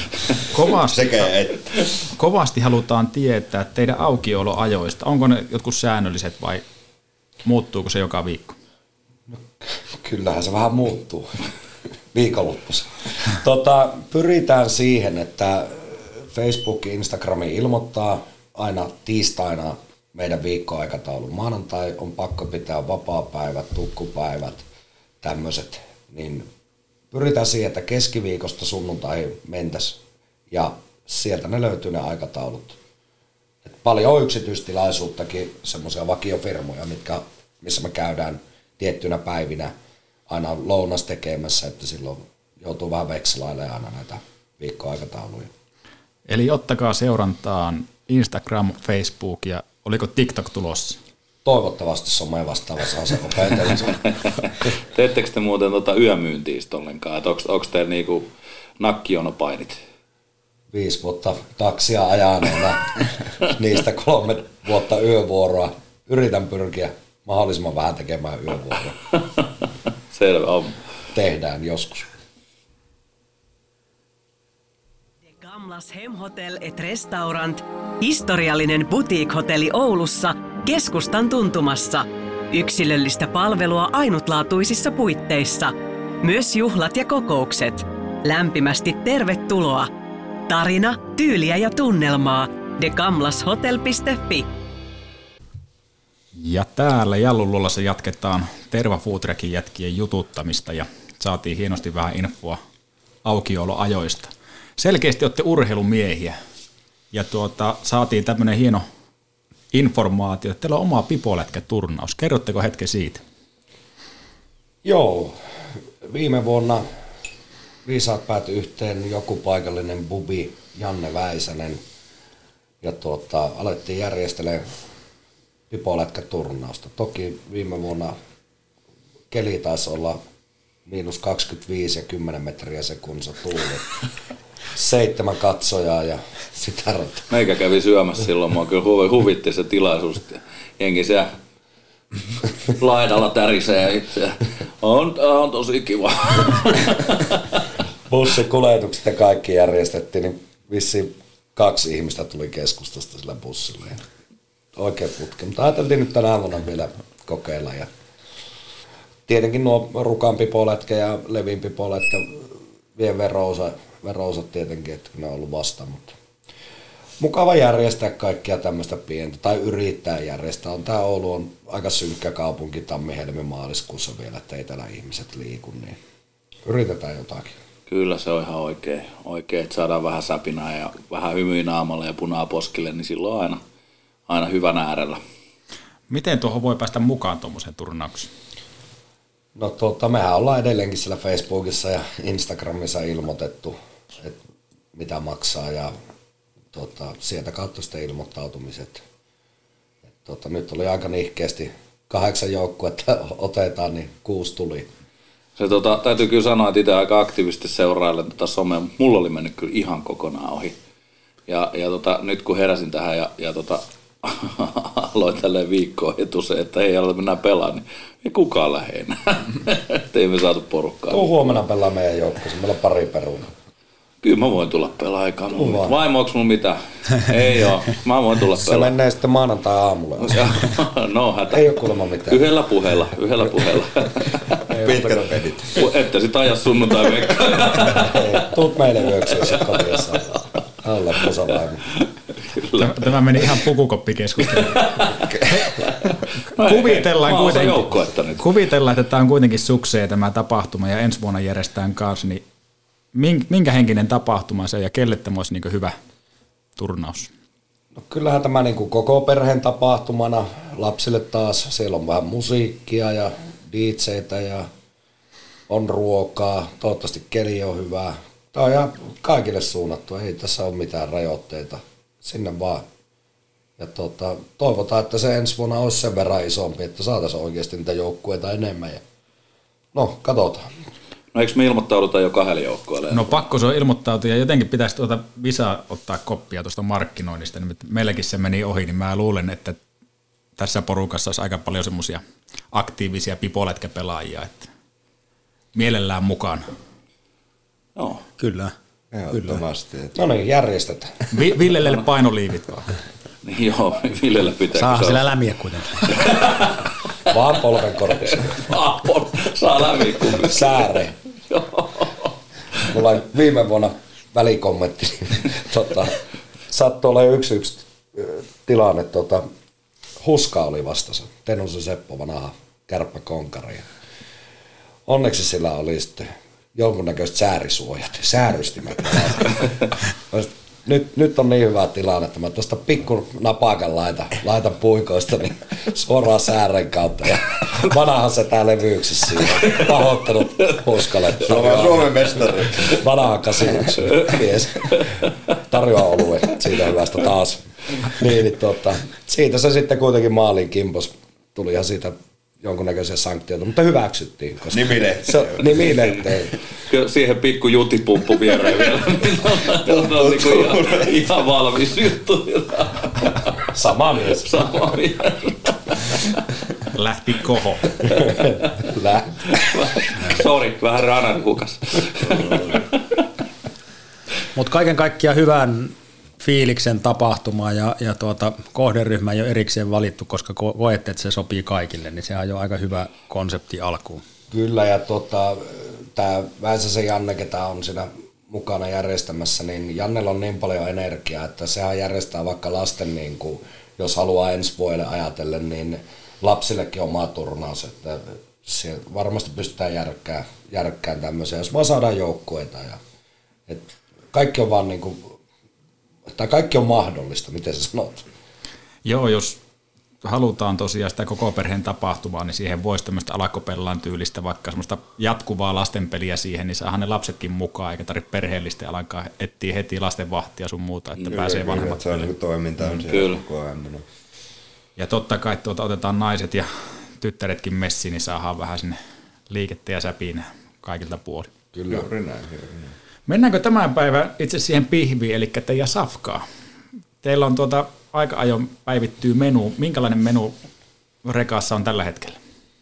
Kovasti halutaan tietää teidän aukioloajoista. Onko ne jotkut säännölliset vai muuttuuko se joka viikko? No, kyllähän se vähän muuttuu viikonloppuisin. Pyritään siihen, että Facebook ja Instagram ilmoittaa aina tiistaina meidän viikkoaikataulun. Maanantai on pakko pitää vapaapäivät, tukkupäivät, tämmöiset. Niin pyritään siihen, että keskiviikosta sunnuntaihin mentäisiin ja sieltä ne löytyy ne aikataulut. Et paljon on yksityistilaisuuttakin, semmoisia vakiofirmoja, missä me käydään tiettynä päivinä aina lounas tekemässä, että silloin joutuu vähän vekselailemaan aina näitä viikkoaikatauluja. Eli ottakaa seurantaan Instagram, Facebook ja oliko TikTok tulossa? Toivottavasti some vastaava saa se opetella. Teettekö te muuten yömyyntiä ollenkaan? Onko teillä niinku nakkijonopainit? 5 vuotta taksia ajaneena, niistä 3 vuotta yövuoroa. Yritän pyrkiä mahdollisimman vähän tekemään yövuoroa. Selvä on. Tehdään joskus. Gamlas Hemhotel et Restaurant, historiallinen boutique-hotelli Oulussa, keskustan tuntumassa. Yksilöllistä palvelua ainutlaatuisissa puitteissa. Myös juhlat ja kokoukset. Lämpimästi tervetuloa. Tarina, tyyliä ja tunnelmaa. thegamlashotel.fi. Ja täällä Jallunluolassa jatketaan Terva Foodtruckin jätkien jututtamista ja saatiin hienosti vähän infoa aukioloajoista. Selkeästi olette urheilumiehiä ja saatiin tämmöinen hieno informaatio, että teillä on oma pipolätkäturnaus. Kerrotteko hetken siitä? Joo, viime vuonna viisaat päätyi yhteen joku paikallinen bubi Janne Väisänen ja alettiin järjestelemään pipolätkäturnausta. Toki viime vuonna keli taisi olla -25 ja 10 metriä sekunnissa tuuli. 7 katsojaa ja sitä rata. Meikä kävi syömässä silloin, mua kyllä huvitti se tilaisuus. Jengi siellä laidalla tärisee itse. On tosi kiva. Bussikuljetukset ja kaikki järjestettiin, niin vissiin 2 ihmistä tuli keskustasta sillä bussilla. Oikein putki, mutta ajateltiin nyt tänä aamuna vielä kokeilla. Ja tietenkin nuo Rukan pipolätkä ja Levin pipolätkä vie veroosat tietenkin, että ne on ollut vasta, mutta mukava järjestää kaikkia tämmöistä pientä, tai yrittää järjestää. Tämä Oulu on aika synkkä kaupunki tammi-helmi-maaliskuussa vielä, että ei täällä ihmiset liiku, niin yritetään jotakin. Kyllä se on ihan oikein, että saadaan vähän säpinää ja vähän hymyä naamalle ja punaa poskille, niin silloin aina hyvän äärellä. Miten tuohon voi päästä mukaan tuommoiseen turnaukseen? No mehän ollaan edelleenkin siellä Facebookissa ja Instagramissa ilmoitettu, että mitä maksaa ja sieltä kautta sitten ilmoittautumiset. Nyt oli aika nihkeästi 8 joukkuetta otetaan, niin 6 tuli. Se täytyy kyllä sanoa, että itse aika aktiivisesti seurailen somea. Mulla oli mennyt kyllä ihan kokonaan ohi. Ja nyt kun heräsin tähän ja aloin tälleen viikkoon etuseen, että ei aloita mennään pelaamaan, niin ei kukaan lähde enää. Ei me saatu porukkaa. Huomenna pelaa meidän joukkoissa, meillä on pari peruna. Kyllä mä voin tulla pelaamaan, eikä mulla. Vaimo, onks mulla mitään? Ei oo, mä voin tulla pelaamaan. Se menee sitten maanantai aamulla. No hätä. Ei oo kuulemma mitään. Yhdellä puheella. Pitkät pedit. Että sit aja sunnuntai veikkaa. Tuut meille yöksi, jos et kotiassa. Alla posavaimo. Tämä meni ihan pukukoppikeskusteluun. Kuvitellaan, että tämä on kuitenkin sukseen tämä tapahtuma ja ensi vuonna järjestetään kanssa, niin minkä henkinen tapahtuma se on ja kelle tämä olisi niin hyvä turnaus? No kyllähän tämä niin kuin koko perheen tapahtumana lapsille taas, siellä on vähän musiikkia ja DJ:tä ja on ruokaa, toivottavasti keli on hyvä. Tämä on ihan kaikille suunnattu, ei tässä ole mitään rajoitteita, sinne vaan. Ja toivotaan, että se ensi vuonna olisi sen verran isompi, että saataisiin oikeasti niitä joukkueita enemmän. Ja no, katsotaan. No eikö me ilmoittauduta jo 2 joukkueelle? No pakko se on ilmoittautua ja jotenkin pitäisi Visa ottaa koppia tuosta markkinoinnista. Meilläkin se meni ohi, niin mä luulen, että tässä porukassa olisi aika paljon semmoisia aktiivisia pipolätkäpelaajia, että mielellään mukaan. No. Kyllä. Ehdottomasti. No niin, järjestetään. Villelle painoliivit vaan. Niin joo, Villellä pitää. Saa sillä lämmiä kuitenkin. Vaan polven korkeassa. Saa lämmiä kuitenkin. Sääreen. Mulla oli viime vuonna välikommentti. Sattui olla 1-1 tilanne. Huska oli vastassa. Tenusen Seppo, vanha kärppäkonkari. Onneksi sillä oli sitten jonkunnäköiset säärisuojat, säärystimet. Nyt on niin hyvä tilanne, että mä tuosta pikku napakan laitan puikoista niin suoraan säären kautta. Ja vanhahan se tää levyyksissä siinä. Pahoittanut Huskalle. Se on vaan Suomen mestari. Vanha 81 mies. Tarjoaa oluen siitä hyvästä taas. Niin, siitä se sitten kuitenkin maaliin kimpos. Tulihan siitä jonkunnäköisiä sanktioita, mutta hyväksyttiin. Nimilehteen. Kyllä siihen pikku jutipumppu viereen vielä. On niin ihan valmis juttu. Sama mies. Lähti koho. Sori, vähän ranan hukas. Mutta kaiken kaikkiaan hyvän fiiliksen tapahtuma ja kohderyhmä ei ole erikseen valittu, koska koette, että se sopii kaikille, niin sehän on jo aika hyvä konsepti alkuun. Kyllä, ja tämä Väisäsen Janne, ketä on siinä mukana järjestämässä, niin Jannella on niin paljon energiaa, että sehän järjestää vaikka lasten, niin kuin, jos haluaa ensi vuodelle ajatellen, niin lapsillekin oma turnaus, että varmasti pystytään järkkään tämmöisiä, jos vaan saadaan joukkueita. Kaikki on vaan niin kuin, tai kaikki on mahdollista, miten sä sanot? Joo, jos halutaan tosiaan sitä koko perheen tapahtumaa, niin siihen voisi tämmöistä Alakkopellaan tyylistä, vaikka semmoista jatkuvaa lastenpeliä siihen, niin saadaan ne lapsetkin mukaan, eikä tarvitse perheellistä alkaa etsiä heti lastenvahtia sun muuta, että pääsee vanhemmat. Se on niin toiminta on siellä koko ajan. Ja totta kai otetaan naiset ja tyttäretkin messiin, niin saadaan vähän sinne liikettä ja säpinä kaikilta puolin. Kyllä. Juuri näin. Mennäänkö tämän päivän itse siihen pihviin, eli teidän safkaa? Teillä on aika ajoin päivittyy menu. Minkälainen menu rekassa on tällä hetkellä?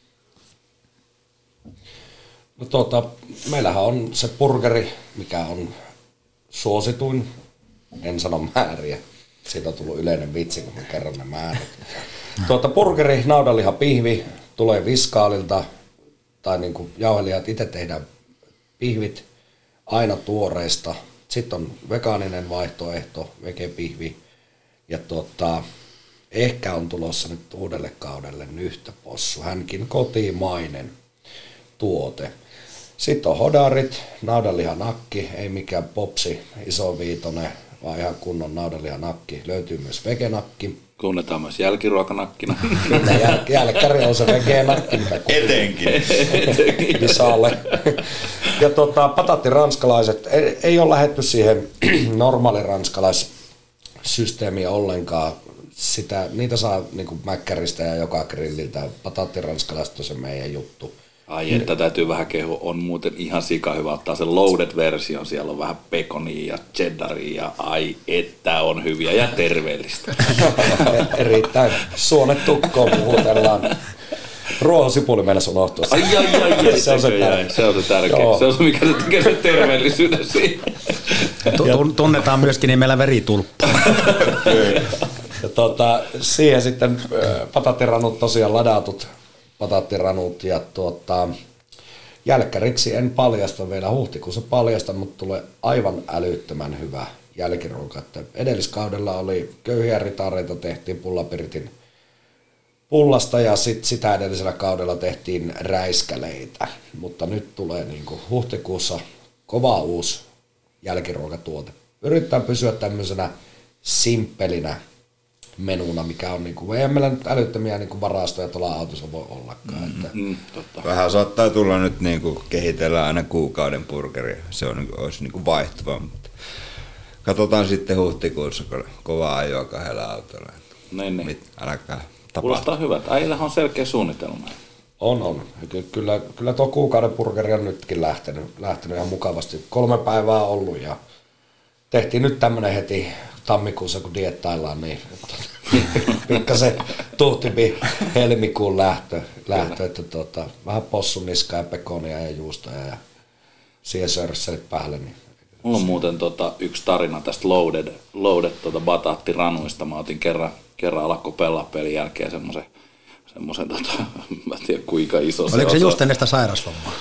No meillähän on se burgeri, mikä on suosituin. En sano määriä. Siitä on tullut yleinen vitsi, kun mä kerron ne määrät. Burgeri, naudanliha, pihvi, tulee Viskaalilta, tai niin kuin jauhelijat itse tehdään pihvit. Aina tuoreista. Sitten on vegaaninen vaihtoehto, vegepihvi. Ja ehkä on tulossa nyt uudelle kaudelle nyhtöpossu. Hänkin kotimainen tuote. Sitten on hodarit, naudanlihanakki, ei mikään popsi, iso viitonen, vaan ihan kunnon naudanlihanakki. Löytyy myös vegenakki. Tunnetaan myös jälkiruokanakkina. Kyllä, jälkkäri on se vegenakki. Etenkin. Visalle. Ja patatti-ranskalaiset, ei ole lähdetty siihen normaali ranskalaissysteemiin ollenkaan. Niitä saa niin mäkkäristä ja joka grilliltä. Patatti-ranskalaiset on se meidän juttu. Ai että täytyy vähän kehua, on muuten ihan sika hyvä ottaa se loaded-versio. Siellä on vähän pekonia ja cheddaria ja ai että on hyviä ja terveellistä. Erittäin suonet tukkoon puhutellaan. Ruohosipuli mennessä unohtua. Ai, se on se tärkeä. Joo. Se on se, mikä se tekee sen terveellisyyden siihen. Tunnetaan myöskin nimellä veritulppa. Siihen sitten patattiranut, tosiaan ladatut patattiranut ja jälkkäriksi en paljasta vielä, huhtikuussa paljasta, mutta tulee aivan älyttömän hyvä jälkiruoka. Edelliskaudella oli köyhiä ritareita, tehtiin pullapiritin pullasta ja sitä edellisellä kaudella tehtiin räiskäleitä, mutta nyt tulee niinku huhtikuussa kova uusi jälkiruokatuote. Yritetään pysyä tämmöisenä simppelinä menuna, mikä on niinku, ei meillä nyt älyttömiä niinku varastoja tuolla autossa voi ollakaan. Totta. Vähän saattaa tulla nyt niinku kehitellä aina kuukauden burgeria, se on, olisi niinku vaihtuva, mutta katsotaan sitten huhtikuussa, kun kovaa ajoa 2 autolla. Niin. Älkää tapahtua. Kuulostaa hyvältä. Äijällähän on selkeä suunnitelma. On. Kyllä tuo kuukauden burgeri on nytkin lähtenyt ihan mukavasti. 3 päivää ollut ja tehtiin nyt tämmönen heti tammikuussa, kun diettaillaan, niin pikkasen tuhtimpi helmikuun lähtö että vähän possun niskaa ja pekonia ja juustoja ja siihen sörsselit päälle. Niin. Mulla on muuten yksi tarina tästä loaded bataattiranuista. Mä otin kerran Alakko pelaa pelin jälkeen semmoisen mä en tiedä kuinka iso se on. Oliko se just ennen sitä sairaslommaa?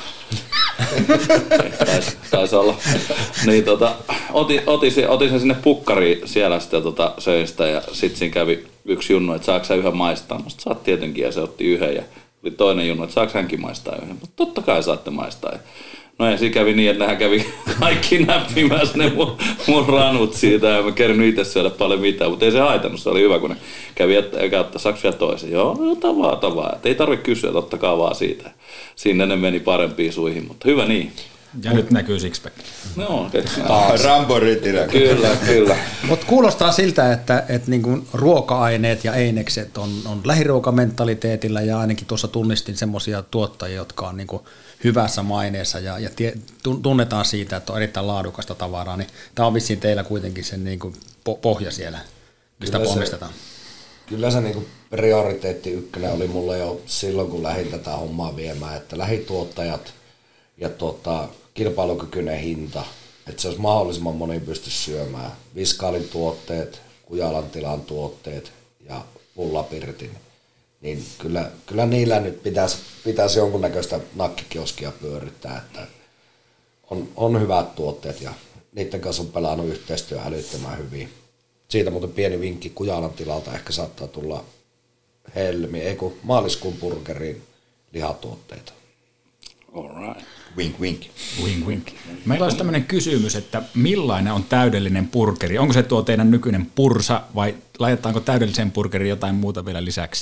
Taisi olla. Niin, otin sen sinne pukkariin siellä sitten söin sitä ja sitten siinä kävi yksi junnu, että saako sä yhden maistaa. Mä saat tietenkin ja se otti yhden ja oli toinen junnu, että saako hänkin maistaa yhden. Mutta totta kai saatte maistaa. No ja siinä kävi niin, että nehän kävi kaikki näppimässä ne mun ranut siitä ja mä kerännyt itse syödä paljon mitään, mutta ei se haitannut, se oli hyvä, kun ne kävi eikä ottaa, saaks vielä toisen? Joo, ota vaan, että ei tarvitse kysyä, ottakaa vaan siitä. Siinä ne meni parempiin suihin, mutta hyvä niin. Ja nyt näkyy sixpack. No, Rambo-ritilä. Kyllä. Mutta kuulostaa siltä, että niinku ruoka-aineet ja einekset on lähiruokamentaliteetilla ja ainakin tuossa tunnistin semmoisia tuottajia, jotka on niinku hyvässä maineessa ja tunnetaan siitä, että on erittäin laadukasta tavaraa, niin tämä on vissiin teillä kuitenkin sen niinku pohja siellä, mistä ponnistetaan. Kyllä se niinku prioriteetti ykkönen oli mulle jo silloin, kun lähdin tätä hommaa viemään, että lähituottajat ja kilpailukykyinen hinta, että se olisi mahdollisimman moni pysty syömään. Viskaalin tuotteet, Kujalan tilan tuotteet ja Pullapirtin. Niin kyllä niillä nyt pitäisi jonkunnäköistä nakkikioskia pyörittää, että on hyvät tuotteet ja niiden kanssa on pelannut yhteistyö älyttömän hyvin. Siitä muuten pieni vinkki Kujalan tilalta, ehkä saattaa tulla maaliskuun burgerin lihatuotteita. Alright. Wink, wink. Wink, wink. Meillä olisi tämmöinen kysymys, että millainen on täydellinen burgeri? Onko se tuo teidän nykyinen pursa vai laitetaanko täydelliseen burgeriin jotain muuta vielä lisäksi?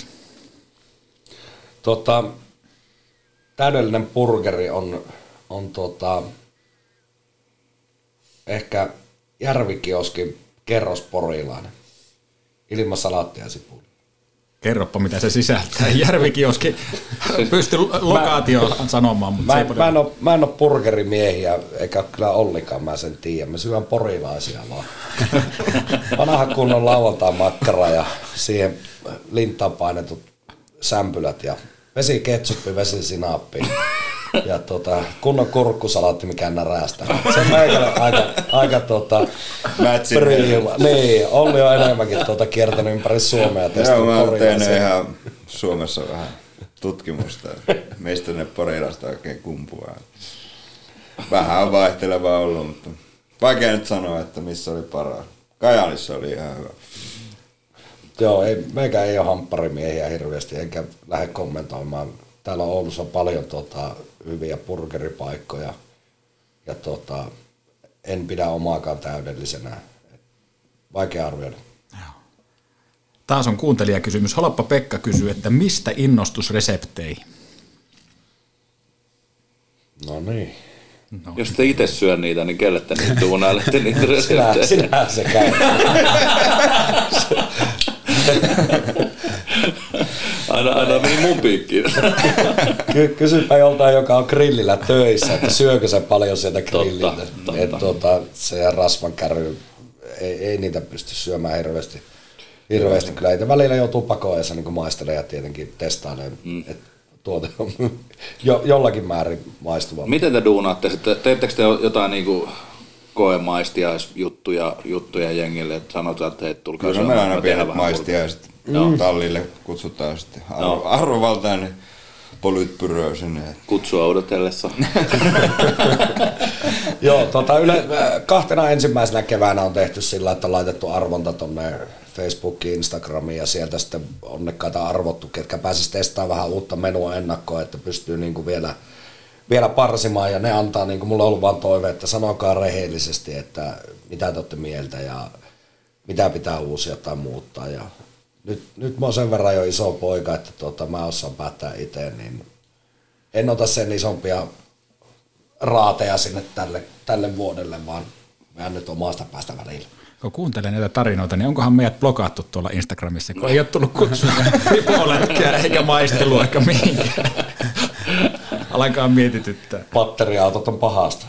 Täydellinen burgeri on ehkä Järvikioskin kerrosporilainen. Ilman salaattia ja sipulia. Kerropa, mitä se sisältää. Järvikioski pysty lokaatio sanomaan, mutta mä en ole burgerimiehiä, eikä kyllä Ollikaan mä sen tiedä. Mä syön porilaisia vaan. Vanha kunnon lauantai-makkara ja siihen lintaan painetut sämpylät ja vesiketsuppi, vesisinaappi ja kunnon kurkkusalaatti, mikä närästää. Se on aika niin, Olli on enemmänkin kiertänyt ympäri Suomea ja testannut porilaisia. Joo, mä oon ihan Suomessa vähän tutkimusta. Meistä ne porilasta oikein kumpuaa. Vähän on vaihtelevaa ollut, mutta vaikea nyt sanoa, että missä oli paras. Kajaanissa oli ihan hyvä. Joo, meikä ei ole hampparimiehiä hirveästi, enkä lähde kommentoimaan. Täällä Oulussa on paljon hyviä burgeripaikkoja ja en pidä omaakaan täydellisenä. Vaikea arvioida. Taas on kuuntelijakysymys. Holoppa Pekka kysyy, että mistä innostus resepteihin? No niin. No. Jos te itse syö niitä, niin kelle te nyt duunailette niitä reseptejä? Sinähän se käy. Aina meni mun piikkiin. Kysypä joltain, joka on grillillä töissä, että syökö se paljon sieltä grilliltä. Totta. Se rasvankärry, ei niitä pysty syömään hirveästi. Kyllä niitä välillä joutuu pakoajassa niin maistelemaan ja tietenkin testailemaan, että tuote on jollakin määrin maistuva. Miten te duunaatte sitten? Teettekö te jotain niinku koemaistiaisjuttuja jengille, että sanotaan, että hei, tulkaa syömään. Kyllä me aina pienet maistiaiset tallille kutsutaan sitten arvovaltainen polytpyröä sinne. Kutsua odotellessa. Joo, kahtena ensimmäisenä keväänä on tehty sillä, että on laitettu arvonta tonne Facebookiin, Instagramiin ja sieltä sitten onnekkaita arvottu, ketkä pääsisi testaamaan vähän uutta menua ennakkoa, että pystyy niinku vielä parsimaan ja ne antaa, niin kuin mulla on ollut vaan toive, että sanokaa rehellisesti, että mitä te olette mieltä ja mitä pitää uusia tai muuttaa. Ja nyt mä oon sen verran jo iso poika, että mä osaan päättää itse, niin en ota sen isompia raateja sinne tälle vuodelle, vaan mä nyt omasta päästä välillä. Kun kuuntelen näitä tarinoita, niin onkohan meidät blokattu tuolla Instagramissa, kun ei ole tullut kutsua ripolätkää eikä maistelua eikä mihinkään. Alkaa mietityttää. Patteriautot on pahasta.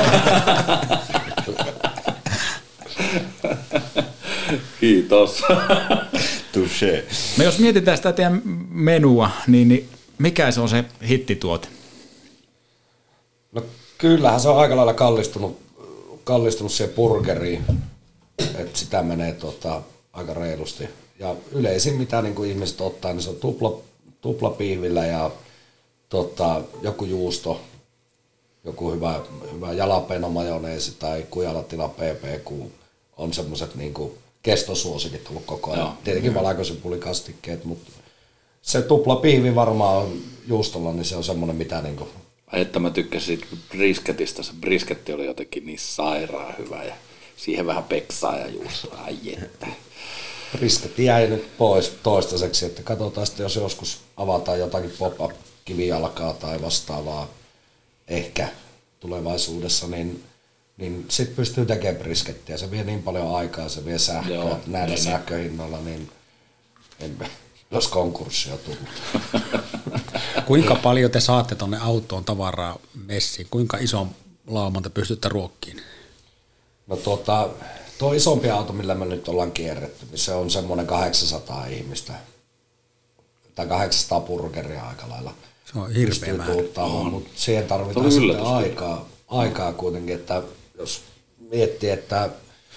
Kiitos. Touché. No jos mietitään sitä teidän menua, niin mikä se on se hittituote? No kyllähän se on aika lailla kallistunut siihen burgeriin, että sitä menee aika reilusti. Ja yleisin mitä niin kuin ihmiset ottaa, niin se on tuplapiivillä ja joku juusto, joku hyvä jalapeno majoneesi tai kujalatila PPQ on semmoiset niinku kestosuosikit ollut koko ajan. Joo, tietenkin valkoisipulikastikkeet, mutta se tuplapiivi varmaan on juustolla, niin se on semmoinen mitä niinku. Että mä tykkäsin siitä brisketistä, se brisketti oli jotenkin niin sairaan hyvä ja siihen vähän peksaa ja juustoa, ai että. Brisketti jäi nyt pois toistaiseksi, että katsotaan sitten, jos joskus avataan jotakin pop-up kivijalkaa tai vastaavaa ehkä tulevaisuudessa, niin sitten pystyy tekemään briskettiä. Se vie niin paljon aikaa, se vie sähköä. Joo, näillä sähköhinnoilla, niin jos konkurssia tullut. Kuinka paljon te saatte tuonne autoon tavaraa messiin? Kuinka ison lauman te pystytte ruokkiin? No tuo isompi auto, millä me nyt ollaan kierretty, niin se on semmoinen 800 ihmistä. Tai 800 burgeria aika lailla. Se on hirveä määrä. Mutta siihen tarvitaan sitten aikaa kuitenkin, että jos miettii, että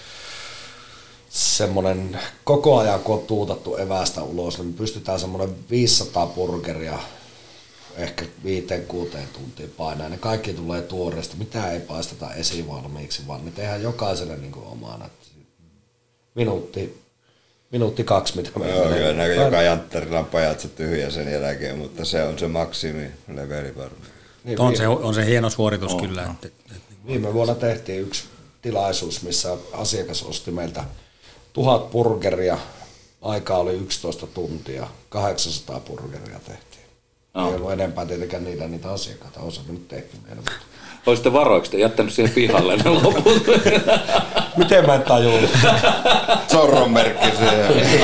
semmoinen koko ajan kun on tuutattu evästä ulos, niin pystytään semmoinen 500 burgeria ehkä 5-6 tuntia painaa. Ne kaikki tulee tuoreesta, mitään ei paisteta esivalmiiksi, vaan ne tehdään jokaiselle niin kuin omana. Minuutti 2, mitä me menee. Joka janttarilla on pajatso tyhjä sen jälkeen, mutta se on se maksimi leveli varmaan. Niin, on se hieno suoritus kyllä. Viime vuonna tehtiin yksi tilaisuus, missä asiakas osti meiltä 1000 burgeria. Aikaa oli 11 tuntia, 800 burgeria tehtiin. Ei ollut enempää tietenkään niitä asiakkaita, osa nyt tehty meillä. Olisitte varoiksi jättänyt siihen pihalle ne loput. Miten mä en tajua? Zorron merkki siihen.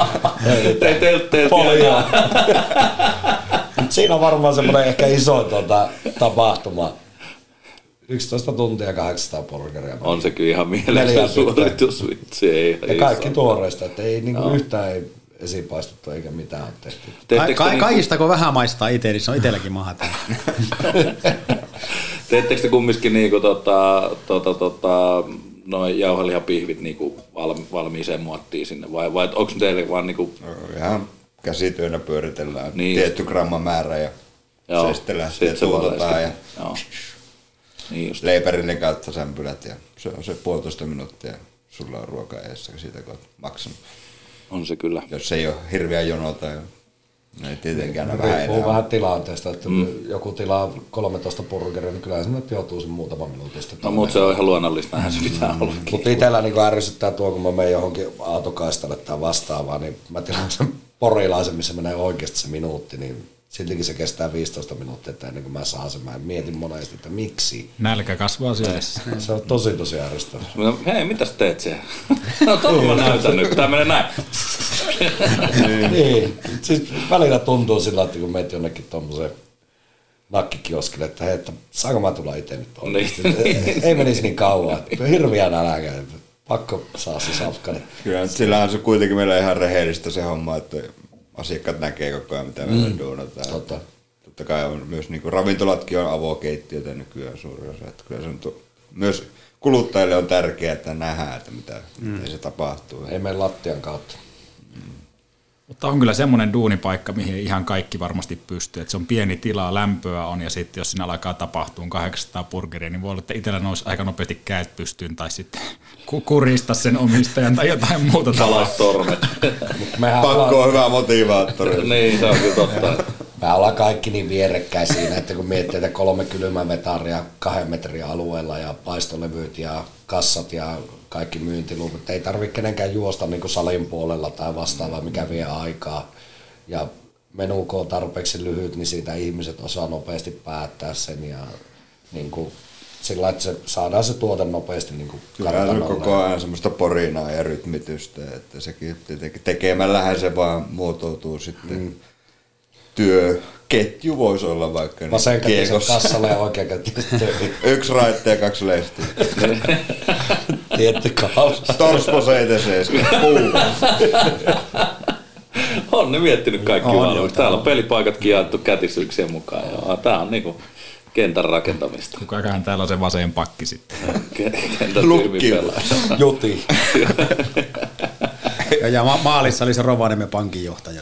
Paljon. Siinä on varmaan semmoinen ehkä iso tapahtuma. 11 tuntia 800 burgeria. On se kyllä ihan mieletön suoritus. Ja kaikki tuoreista, että ei niinku yhtään ei esipaistuttu eikä mitään ole tehty. Kaikista kun vähän maistaa itse, niin se on itselläkin mahata. Teettekö te kumminkin niinku noin jauhelihapihvit niinku valmiiseen muottiin sinne vai onko teille vaan niinku ihan käsityönä pyöritellään tietty grammamäärä ja se sitten lähtee tuotetaan ja niin leiperinen kautta sämpylät ja se on se 1,5 minuuttia sulla on ruoka eessä siitä kun olet maksanut. On se kyllä. Jos ei ole hirveä jono tai ei tietenkään aina vähän enää. Vähän tilanteesta, että joku tilaa 13 burgeria, niin kyllä se nyt joutuu sen muutama minuutista. No mutta se on ihan luonnollista, näin se pitää olla. Mutta itsellä niin ärsyttää tuo, kun mä menen johonkin autokaistalle tai vastaavaan, niin mä tilaan sen porilaisen, missä menee oikeasti se minuutti, niin siltikin se kestää 15 minuuttia, että ennen kuin mä saan sen. Mä mietin monesti, että miksi. Nälkä kasvaa syödessä. Se on tosi ärsyttävää. Hei, mitäs teet siellä? No tuolla mä näytän nyt, tää menee näin. Niin, siis välillä tuntuu sillä, että kun meet jonnekin tommoseen nakkikioskille, että hei, että saanko mä tulla itse nyt oikeasti. Ei menisi niin kauan, että hirviä nälkä, että pakko saa se safkani. Kyllä, sillähän se kuitenkin meillä ihan rehellistä se homma, että asiakkaat näkee koko ajan, mitä meillä duunataan. Totta kai on myös niin kuin ravintolatkin on avokeittiöitä nykyään suurin osa. Että kyllä se on myös kuluttajille on tärkeää, että nähdään, että mitä se tapahtuu. Ei mene lattian kautta. Mutta on kyllä semmoinen duunipaikka, mihin ihan kaikki varmasti pystyy. Että se on pieni tila, lämpöä on ja sitten jos siinä alkaa tapahtua 800 burgeria, niin voi olla, että itsellä nousi aika nopeasti kädet pystyyn tai sitten kurista sen omistajan tai jotain muuta. Salais sormet. Pakko on hyvä motivaattori. Niin, se on kyllä totta. Me ollaan kaikki niin vierekkäin siinä, että kun miettii, että 3 kylmämetaria 2 metrin alueella ja paistolevyt ja kassat ja kaikki myyntiluvut, ei tarvitse kenenkään juosta niin kuin salin puolella tai vastaavaa, mikä vie aikaa. Ja menu kun on tarpeeksi lyhyt, niin siitä ihmiset osaa nopeasti päättää sen ja niin kuin, sillä että se, saadaan se tuote nopeasti niin kartanolle. Kyllä koko ajan semmoista porinaa ja rytmitystä, että sekin tekemällähän se vaan muotoutuu sitten. Työketju voisi olla vaikka. Vasenkätisen kassalle ja oikeakätisen töihin. 1 raitte ja 2 lehtiä. Tietty kaus. Torspo 77. On ne miettinyt kaikki valmiiksi. Täällä on pelipaikatkin jaettu kätisyyksien mukaan. Tää on niinku kentän rakentamista. Kukakaan täällä on se vasen pakki sitten. Kentän tyymipelaaja. Juti. Ja maalissa oli se Rovaniemen pankinjohtaja.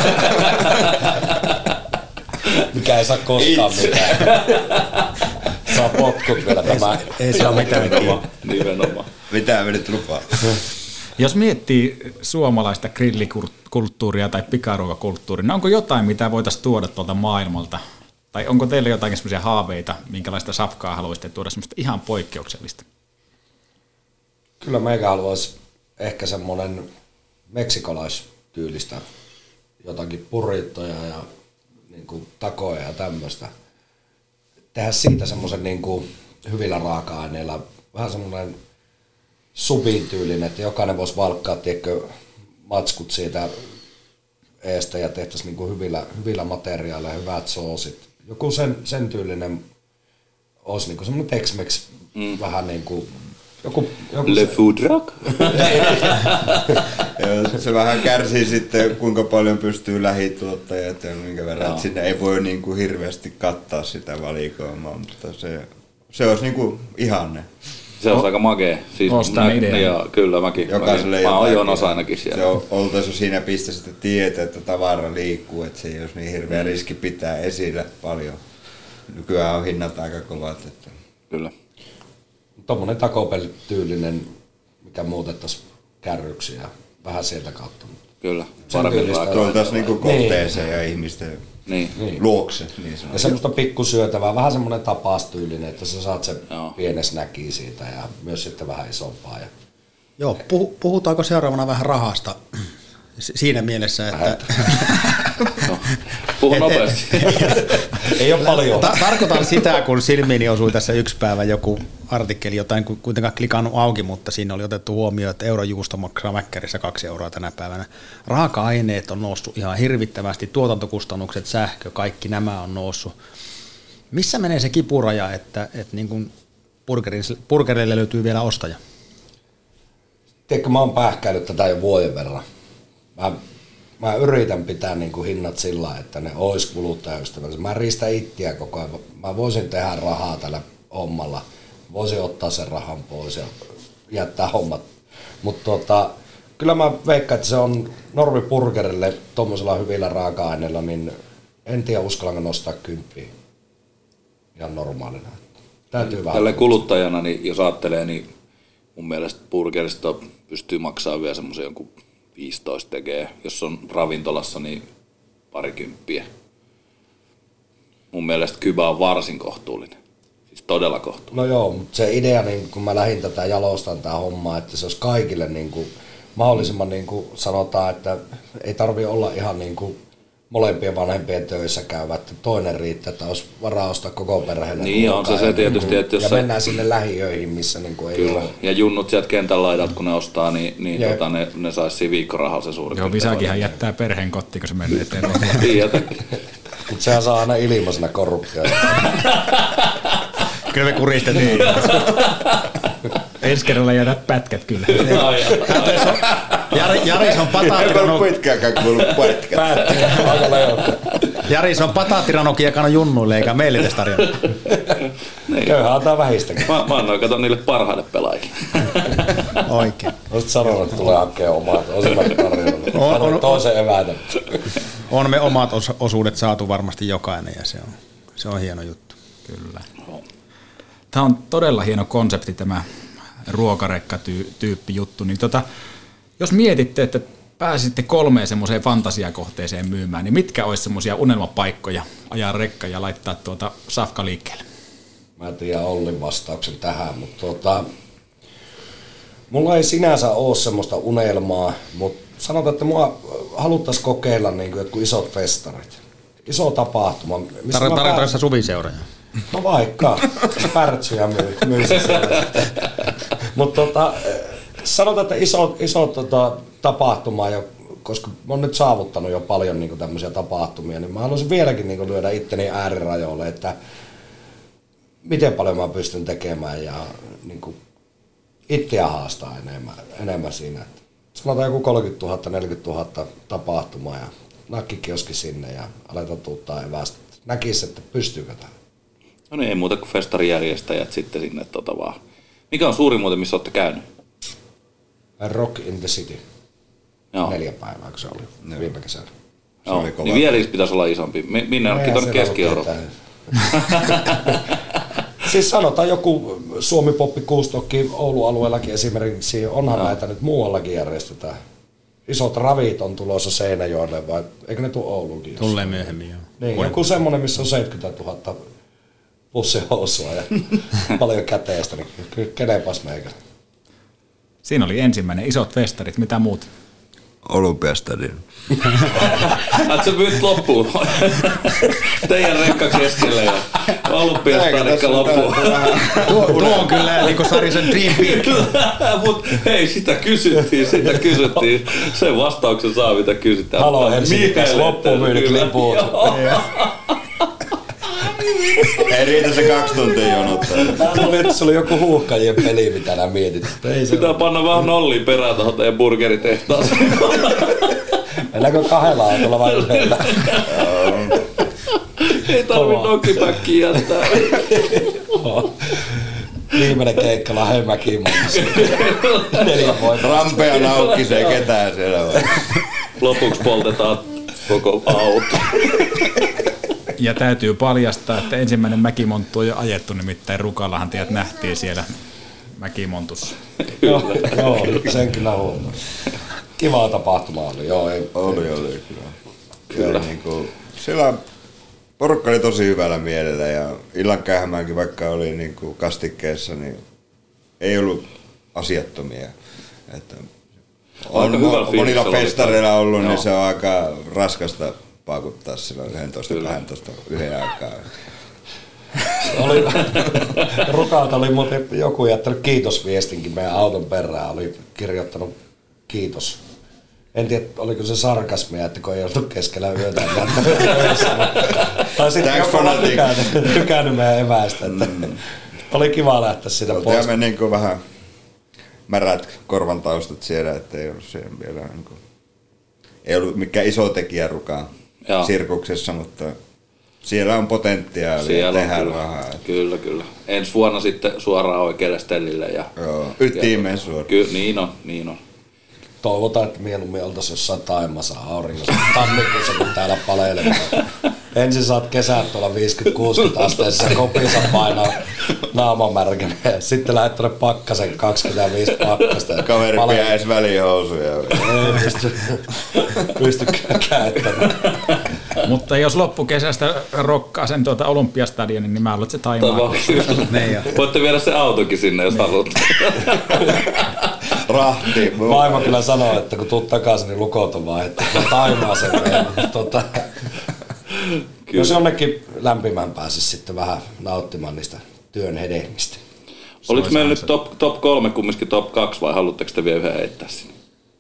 Mikä ei saa koskaan mitään. Saa potkut vielä tämä. Ei saa mitään Nimenomaan. Mitään vedit lupaa. Jos miettii suomalaista grillikulttuuria tai pikaruokakulttuuria, niin onko jotain, mitä voitaisiin tuoda tuolta maailmalta? Tai onko teillä jotain sellaisia haaveita, minkälaista safkaa haluaisitte tuoda semmoista ihan poikkeuksellista? Kyllä meikä haluaisi ehkä semmoinen meksikolaistyylistä jotakin burritoja ja niin kuin takoja ja tämmöistä. Tehdä siitä semmoisen niin kuin hyvillä raaka-aineilla vähän semmoinen subin-tyylinen, että jokainen voisi valkkaa matskut siitä eestä ja tehtäisiin niin kuin hyvillä materiaaleilla, hyvät soosit. Joku sen tyylinen olisi niin kuin semmoinen Tex-Mex vähän niin kuin joku Le food rock. Se vähän kärsii sitten, kuinka paljon pystyy lähituottajat ja minkä verran. No. Sinne ei voi niin kuin hirveästi kattaa sitä valikoimaa, mutta se olisi niin kuin ihanne. Se on aika makea. Siis kyllä mäkin. Mä oon jonas ainakin siellä. Se oltaisi siinä pisteessä, että tietää, että tavara liikkuu, että se ei olisi niin hirveä riski pitää esillä paljon. Nykyään on hinnat aika kovat. Että... Kyllä. Tuommoinen takopelityylinen, mikä muutettaisiin kärryksiä vähän sieltä kautta. Kyllä. Tuoltaisiin niinku kohteeseen ja ihmisten luokse. Niin ja semmoista pikkusyötävää, vähän semmoinen tapastyylinen, että sä saat sen pienen snackin siitä ja myös sitten vähän isompaa. Joo, puhutaanko seuraavana vähän rahasta? Siinä mielessä, että... Puhu nopeasti. Ei ole paljon. Tarkoitan sitä, kun silmiini osui tässä yksi päivä joku artikkeli, jota en kuitenkaan klikannut auki, mutta siinä oli otettu huomioon, että eurojuusto maksaa Mäkkärissä 2 euroa tänä päivänä. Raaka-aineet on noussut ihan hirvittävästi, tuotantokustannukset, sähkö, kaikki nämä on noussut. Missä menee se kipuraja, että niin kuin burgerille löytyy vielä ostaja? Tiedätkö, mä oon pähkäillyt tätä jo vuoden verran. Mä yritän pitää niin kuin hinnat sillä, että ne ois kuluttajaystävällisiä. Mä riistän ittiä koko ajan. Mä voisin tehdä rahaa tällä hommalla. Voisin ottaa sen rahan pois ja jättää hommat. Mutta kyllä mä veikkaan, että se on normiburgerille tuommoisella hyvillä raaka-aineilla, niin en tiedä uskallanko nostaa 10 ihan normaalina. Täytyy vähän. Tällä kuluttajana, niin jos ajattelee, niin mun mielestä burgerista pystyy maksamaan vielä semmoisen jonkun 15 tekee. Jos on ravintolassa, niin 20. Mun mielestä Kyba on varsin kohtuullinen. Siis todella kohtuullinen. No joo, mutta se idea, niin kun mä lähdin tätä jalostan tää hommaa, että se olisi kaikille niin kuin, mahdollisimman niin kuin sanotaan, että ei tarvi olla ihan niin kuin molempien vanhempien töissä käyvä, että toinen riittää, että olisi varaa ostaa koko perheelle. Niin on se tietysti. Että jos ja mennään sinne lähiöihin, missä niin kuin ei kyllä. ole. Ja junnut sieltä kentän laidat, kun ne ostaa, niin ne saisi siinä viikkorahalla se suurin. Joo, Visakinhan jättää perheen kotiin, kun se menee eteen. Tietenkin. Mutta sehän saa aina ilmaisena korruptioita. Kyllä me kuristettiin. Ensi kerralla jätät pätkät kyllä. Jaris on pataatti. Ei ollut pitkäänkään kuullut pätkät. Aika leijottu. Jari, se on pataattiranokia kana junnuille, eikä meille tästä tarjolla. Köyhä antaa vähistäkin. Mä annoin kato niille parhaille pelaajille. Oikein. Olisit sanonut, että tulee hakemaan omat osimmat tarjolla. On toisen eväitä. On me omat osuudet saatu varmasti jokainen ja se on hieno juttu. Kyllä. Tämä on todella hieno konsepti tämä ruokarekka-tyyppi juttu. Niin jos mietitte, että pääsitte 3 semmoiseen fantasiakohteeseen myymään, niin mitkä olisi semmoisia unelmapaikkoja ajaa rekka ja laittaa safka liikkeelle? Mä en tiedä Ollin vastauksen tähän, mutta mulla ei sinänsä ole semmoista unelmaa, mutta sanotaan, että mua haluttaisiin kokeilla niin kuin jotkut isot festarit. Iso tapahtuma. Tarkoitatko sitä suviseuroja? No vaikka. Pärtsyjä myisi siellä. Mutta sanotaan, että iso tapahtuma, koska mä oon nyt saavuttanut jo paljon niin kuin tämmöisiä tapahtumia, niin mä haluaisin vieläkin niin kuin lyödä itteni äärirajoille, että miten paljon mä pystyn tekemään ja niin kuin itseä haastaa enemmän siinä. Sanotaan joku 30 000, 40 000 tapahtumaa ja nakkikioski sinne ja aletaan tuuttaa evästä. Näkisi, että pystyykö tähän. No niin, ei muuta kuin festarijärjestäjät sitten sinne vaan. Mikä on suuri muuten, missä olette käynyt? Rock in the City. Joo. 4 päivää, kun se oli viime kesänä. Joo, niin vielä pitäisi olla isompi. Minne onkin tuonne Keski-Eurooppaan? Siis sanotaan joku Suomi-poppi Kuustokki Oulun alueellakin esimerkiksi, onhan näitä nyt muuallakin järjestetään. Isot ravit on tulossa Seinäjoelle, vai eikö ne tule Ouluunkin? Tulee myöhemmin, joo. Niin, joku semmoinen, missä on 70 000 pussihousua ja paljon käteistä, niin kenepas meikä. Siinä oli ensimmäinen isot festarit, mitä muut? Olympiastadion. Oletko sä myyt loppuun? Teidän rekka keskelle ja Olympiastadikka loppuun. Tuo on kyllä niin kuin Sarisen Dream Big. Mut hei, sitä kysyttiin. Sen vastauksen saa, mitä kysytään. Halo Helsinki, loppuun myynyt liput. Ei riitä se 2 tuntia jonottaa. Se oli joku huuhkajien peli, mitä nää mietit. Pitää panna vähän nollia perään tuohon teidän burgeritehtaaseen. Mennäänkö 2 autolla vai yhdellä? Ei tarvi nokkipäkkiä jättää. Viimeinen keikka Lahemäkiin muassa. 4 voimaa. Rampea naukkisee ketään siellä vai. Lopuksi poltetaan koko auto. Ja täytyy paljastaa, että ensimmäinen mäkimonttu on jo ajettu, nimittäin Rukallahan tiedät nähtiin siellä mäkimontussa. Joo, sen kyllä huomaa. Kivaa tapahtuma oli, joo. Oli kyllä. Niin siellä porukka oli tosi hyvällä mielellä ja illan kähmäänkin, vaikka oli niin kuin kastikkeessa, niin ei ollut asiattomia. Että on monilla festareilla ollut, niin se on aika raskasta paakuttaa silloin 11-12 yhden aikaa. Rukalta oli muuten joku jättänyt kiitosviestinkin meidän auton perään, oli kirjoittanut kiitos. En tiedä, oliko se sarkasmia, että kun ei ollut keskellä yötä. Tai sitten joku on tykännyt meidän eväistä. Oli kiva lähteä sitä pois. Oltiin me niin vähän märät korvantaustat siellä, että ei ollut siellä vielä ei ollut mikään iso tekijä Rukaan sirkuksessa, mutta siellä on potentiaalia tehdä rahaa. Kyllä. Ensi vuonna sitten suoraan oikealle stellille. Ytimeen suoraan. Niin on. Toivotaan, että mieluummin oltaisiin jossain Taimassa auringossa tammikuussa, kun täällä palelemaan. Ensin saat kesät tuolla 50-60 asteessa kopissa painaa naamamärkänä ja sitten lähdet tuonne pakkasen 25 pakkasta. Kaveri pidä edes välihousuja. Ei pysty käyttämään. Mutta jos loppukesästä rokkaa sen Olympiastadionin, niin mä luulen, että se Taimaa. Voitte viedä se autokin sinne, jos haluatte. Rahti. Vaimo kyllä sanoo, että kun tuut takaisin, niin lukot on vaihdettu. Taimaa sen meidän. Jos jonnekin lämpimään pääsisi sitten vähän nauttimaan niistä työn hedelmistä. Oliko meillä nyt top 3 kumminkin top 2 vai haluatteko te vielä yhden heittää sinne?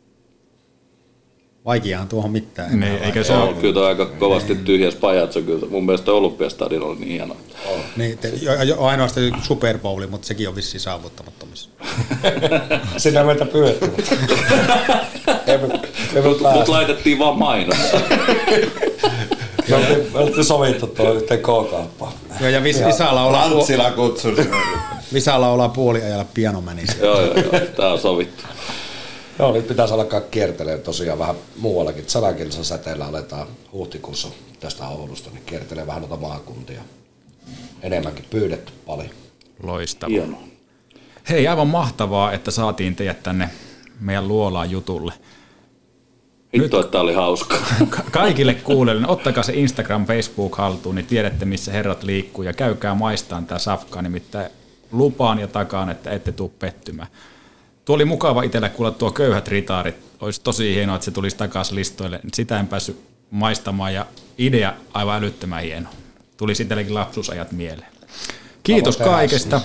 Vaikeahan tuohon mitään. Niin, eikä se ole. Kyllä aika kovasti tyhjäs pajatso. Kyllä mun mielestä Olympiastadion oli niin hieno. Niin, ainoastaan Super Bowli, mutta sekin on vissiin saavuttamattomissa. Sinä meitä pyydettiin. Mut laitettiin vaan mainos. Me oltiin sovittu tuo yhteen K-kauppaan. Joo, ja Lantsila kutsun. Visalla ollaan puoliajalla pianomänissä. Joo, tää on sovittu. Joo, nyt pitäisi alkaa kiertelemään tosiaan vähän muuallakin. 100 kilsan säteellä aletaan huhtikuussa tästä Oulusta, niin kiertelee vähän noita maakuntia. Enemmänkin pyydetty paljon. Loistavaa. Hienoa. Hei, aivan mahtavaa, että saatiin teidät tänne meidän luolaan jutulle. Hitto, että oli hauskaa. Kaikille kuulijoille, ottakaa se Instagram, Facebook haltuun, niin tiedätte, missä herrat liikkuu, ja käykää maistaan tää safkaa, nimittäin lupaan ja takaan, että ette tule pettymään. Tuo oli mukava itsellä kuulla tuo Köyhät ritaarit. Olisi tosi hienoa, että se tulisi takaisin listoille. Sitä en päässyt maistamaan, ja idea aivan älyttömän hieno. Tulisi itsellekin lapsuusajat mieleen. Kiitos kaikesta.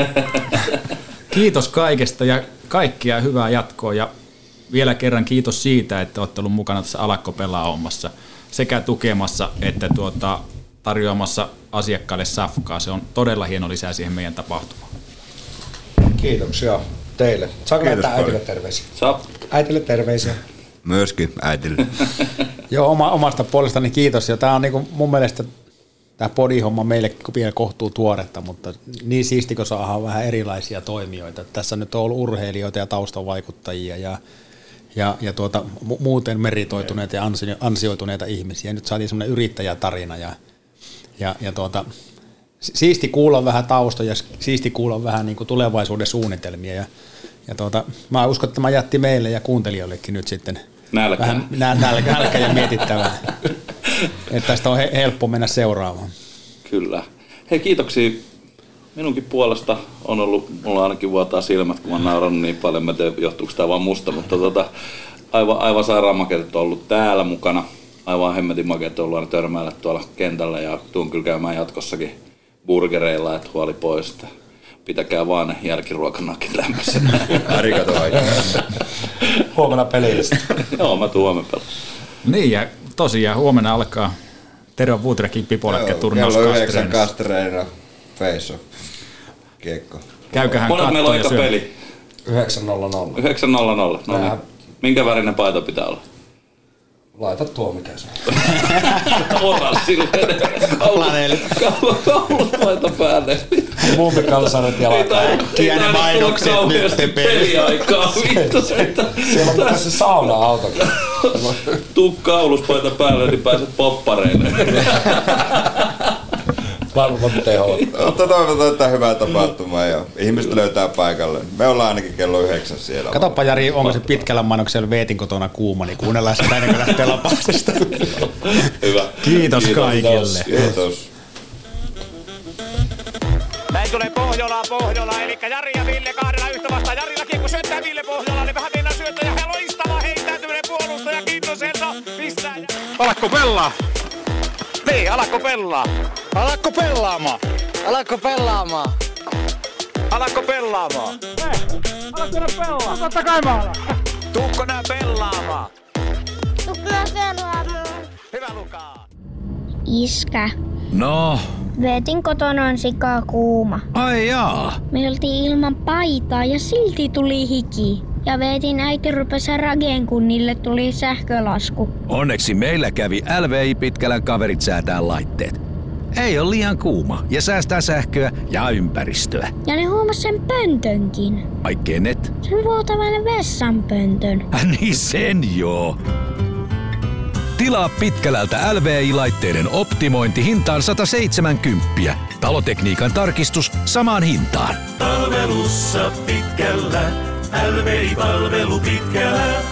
Kiitos kaikesta ja kaikkia hyvää jatkoa. Ja vielä kerran kiitos siitä, että olette ollut mukana tässä Alakko pelaa -hommassa. Sekä tukemassa että tarjoamassa asiakkaille safkaa. Se on todella hieno lisää siihen meidän tapahtumaan. Kiitoksia teille. Saanko lähettää äitille terveisiä? Saa. Äitille terveisiä. Myöskin äitille. Joo, omasta puolestani kiitos. Ja tämä on niinku mun mielestä tämä podihomma meille vielä kohtuu tuoretta, mutta niin siisti, kun saadaan vähän erilaisia toimijoita. Tässä nyt on ollut urheilijoita ja taustavaikuttajia ja muuten meritoituneita ja ansioituneita ihmisiä. Nyt saatiin semmoinen yrittäjätarina ja siisti kuulla vähän taustoja, siisti kuulla vähän niin kuin tulevaisuuden suunnitelmia ja mä uskon, että tämä jätti meille ja kuuntelijoillekin nyt sitten vähän nälkä ja mietittävää. Että tästä on helppo mennä seuraavaan. Kyllä. Hei, kiitoksia. Minunkin puolesta on ollut, mulla ainakin vuotaa silmät, kun mä oon naurannut niin paljon, mä en tiedä, johtuuko tämä vaan musta, mutta aivan sairaan makeet on ollut täällä mukana. Aivan hemmetin makeet on ollut aina törmäillä tuolla kentällä ja tuun kyllä käymään jatkossakin burgereilla, että huoli pois. Että pitäkää vaan ne jälkiruokanakit lämpöisenä. Arigato aikaa. Huomenna pelistä. Joo, mä tuun huomenna pelaa. Niin, ja tosiaan huomenna alkaa Terva Foodtruckin Pipolätkä-turnaus Kastreenissa. Kello 9 Kastreenina Face-off. Kiekko. Käyköhän katsoa. Monet meillä on aika peli? 9:00. 9:00. No niin. Minkä värinen paita pitää olla? Laita tuo mikä se on. Oranssi kauluspaita päälle. Mummikalsarit jalat. Kiene mainokset nyt peliaikaa. Siellä on myös se sauna-auto. Tuu kauluspaita päälle, niin pääset poppareille. Varmaan tehot. Mutta toivotaan, että hyvää tapahtumaa ja ihmiset löytää paikalle. Me ollaan ainakin kello 9 siellä. Katoppa Jari, onko se pitkällä mainoksella Veetin kotona kuuma, niin kuunnellaan sitä ennen kuin lähtee lapasesta. Hyvä. Kiitos kaikille. Kiitos. Näin tulee Pohjola, eli Jari ja Ville kahdella yhtä vastaan. Jarilla kiekko syöttää Ville Pohjola, niin vähän mennään syöttää ja loistava heittäytyminen puolustaja, kiitos Elsa, pistää. Alakko pelaa? Niin, alakko pelaa? Alakko pelaamaan? Alakko pelaamaan? Alakko pelaamaan? Alakko pelaa? Totta kai mä alan. Tuukko nää pelaamaan? Tuukko nää pelaamaan? Hyvä Lukaa. Iskä. No? Veetin kotona on sikaa kuuma. Ai jaa. Me oltiin ilman paitaa ja silti tuli hiki. Ja Veetin äiti rupesi rageen, kun niille tuli sähkölasku. Onneksi meillä kävi LVI Pitkälän kaverit säätää laitteet. Ei ole liian kuuma ja säästää sähköä ja ympäristöä. Ja ne huomas sen pöntönkin. Ai kenet? Sen vuotavan vessanpöntön. Niin sen joo. Tilaa Pitkälältä LVI-laitteiden optimointi hintaan 170. Talotekniikan tarkistus samaan hintaan. Palvelussa Pitkällä. LVI-palvelu Pitkällä.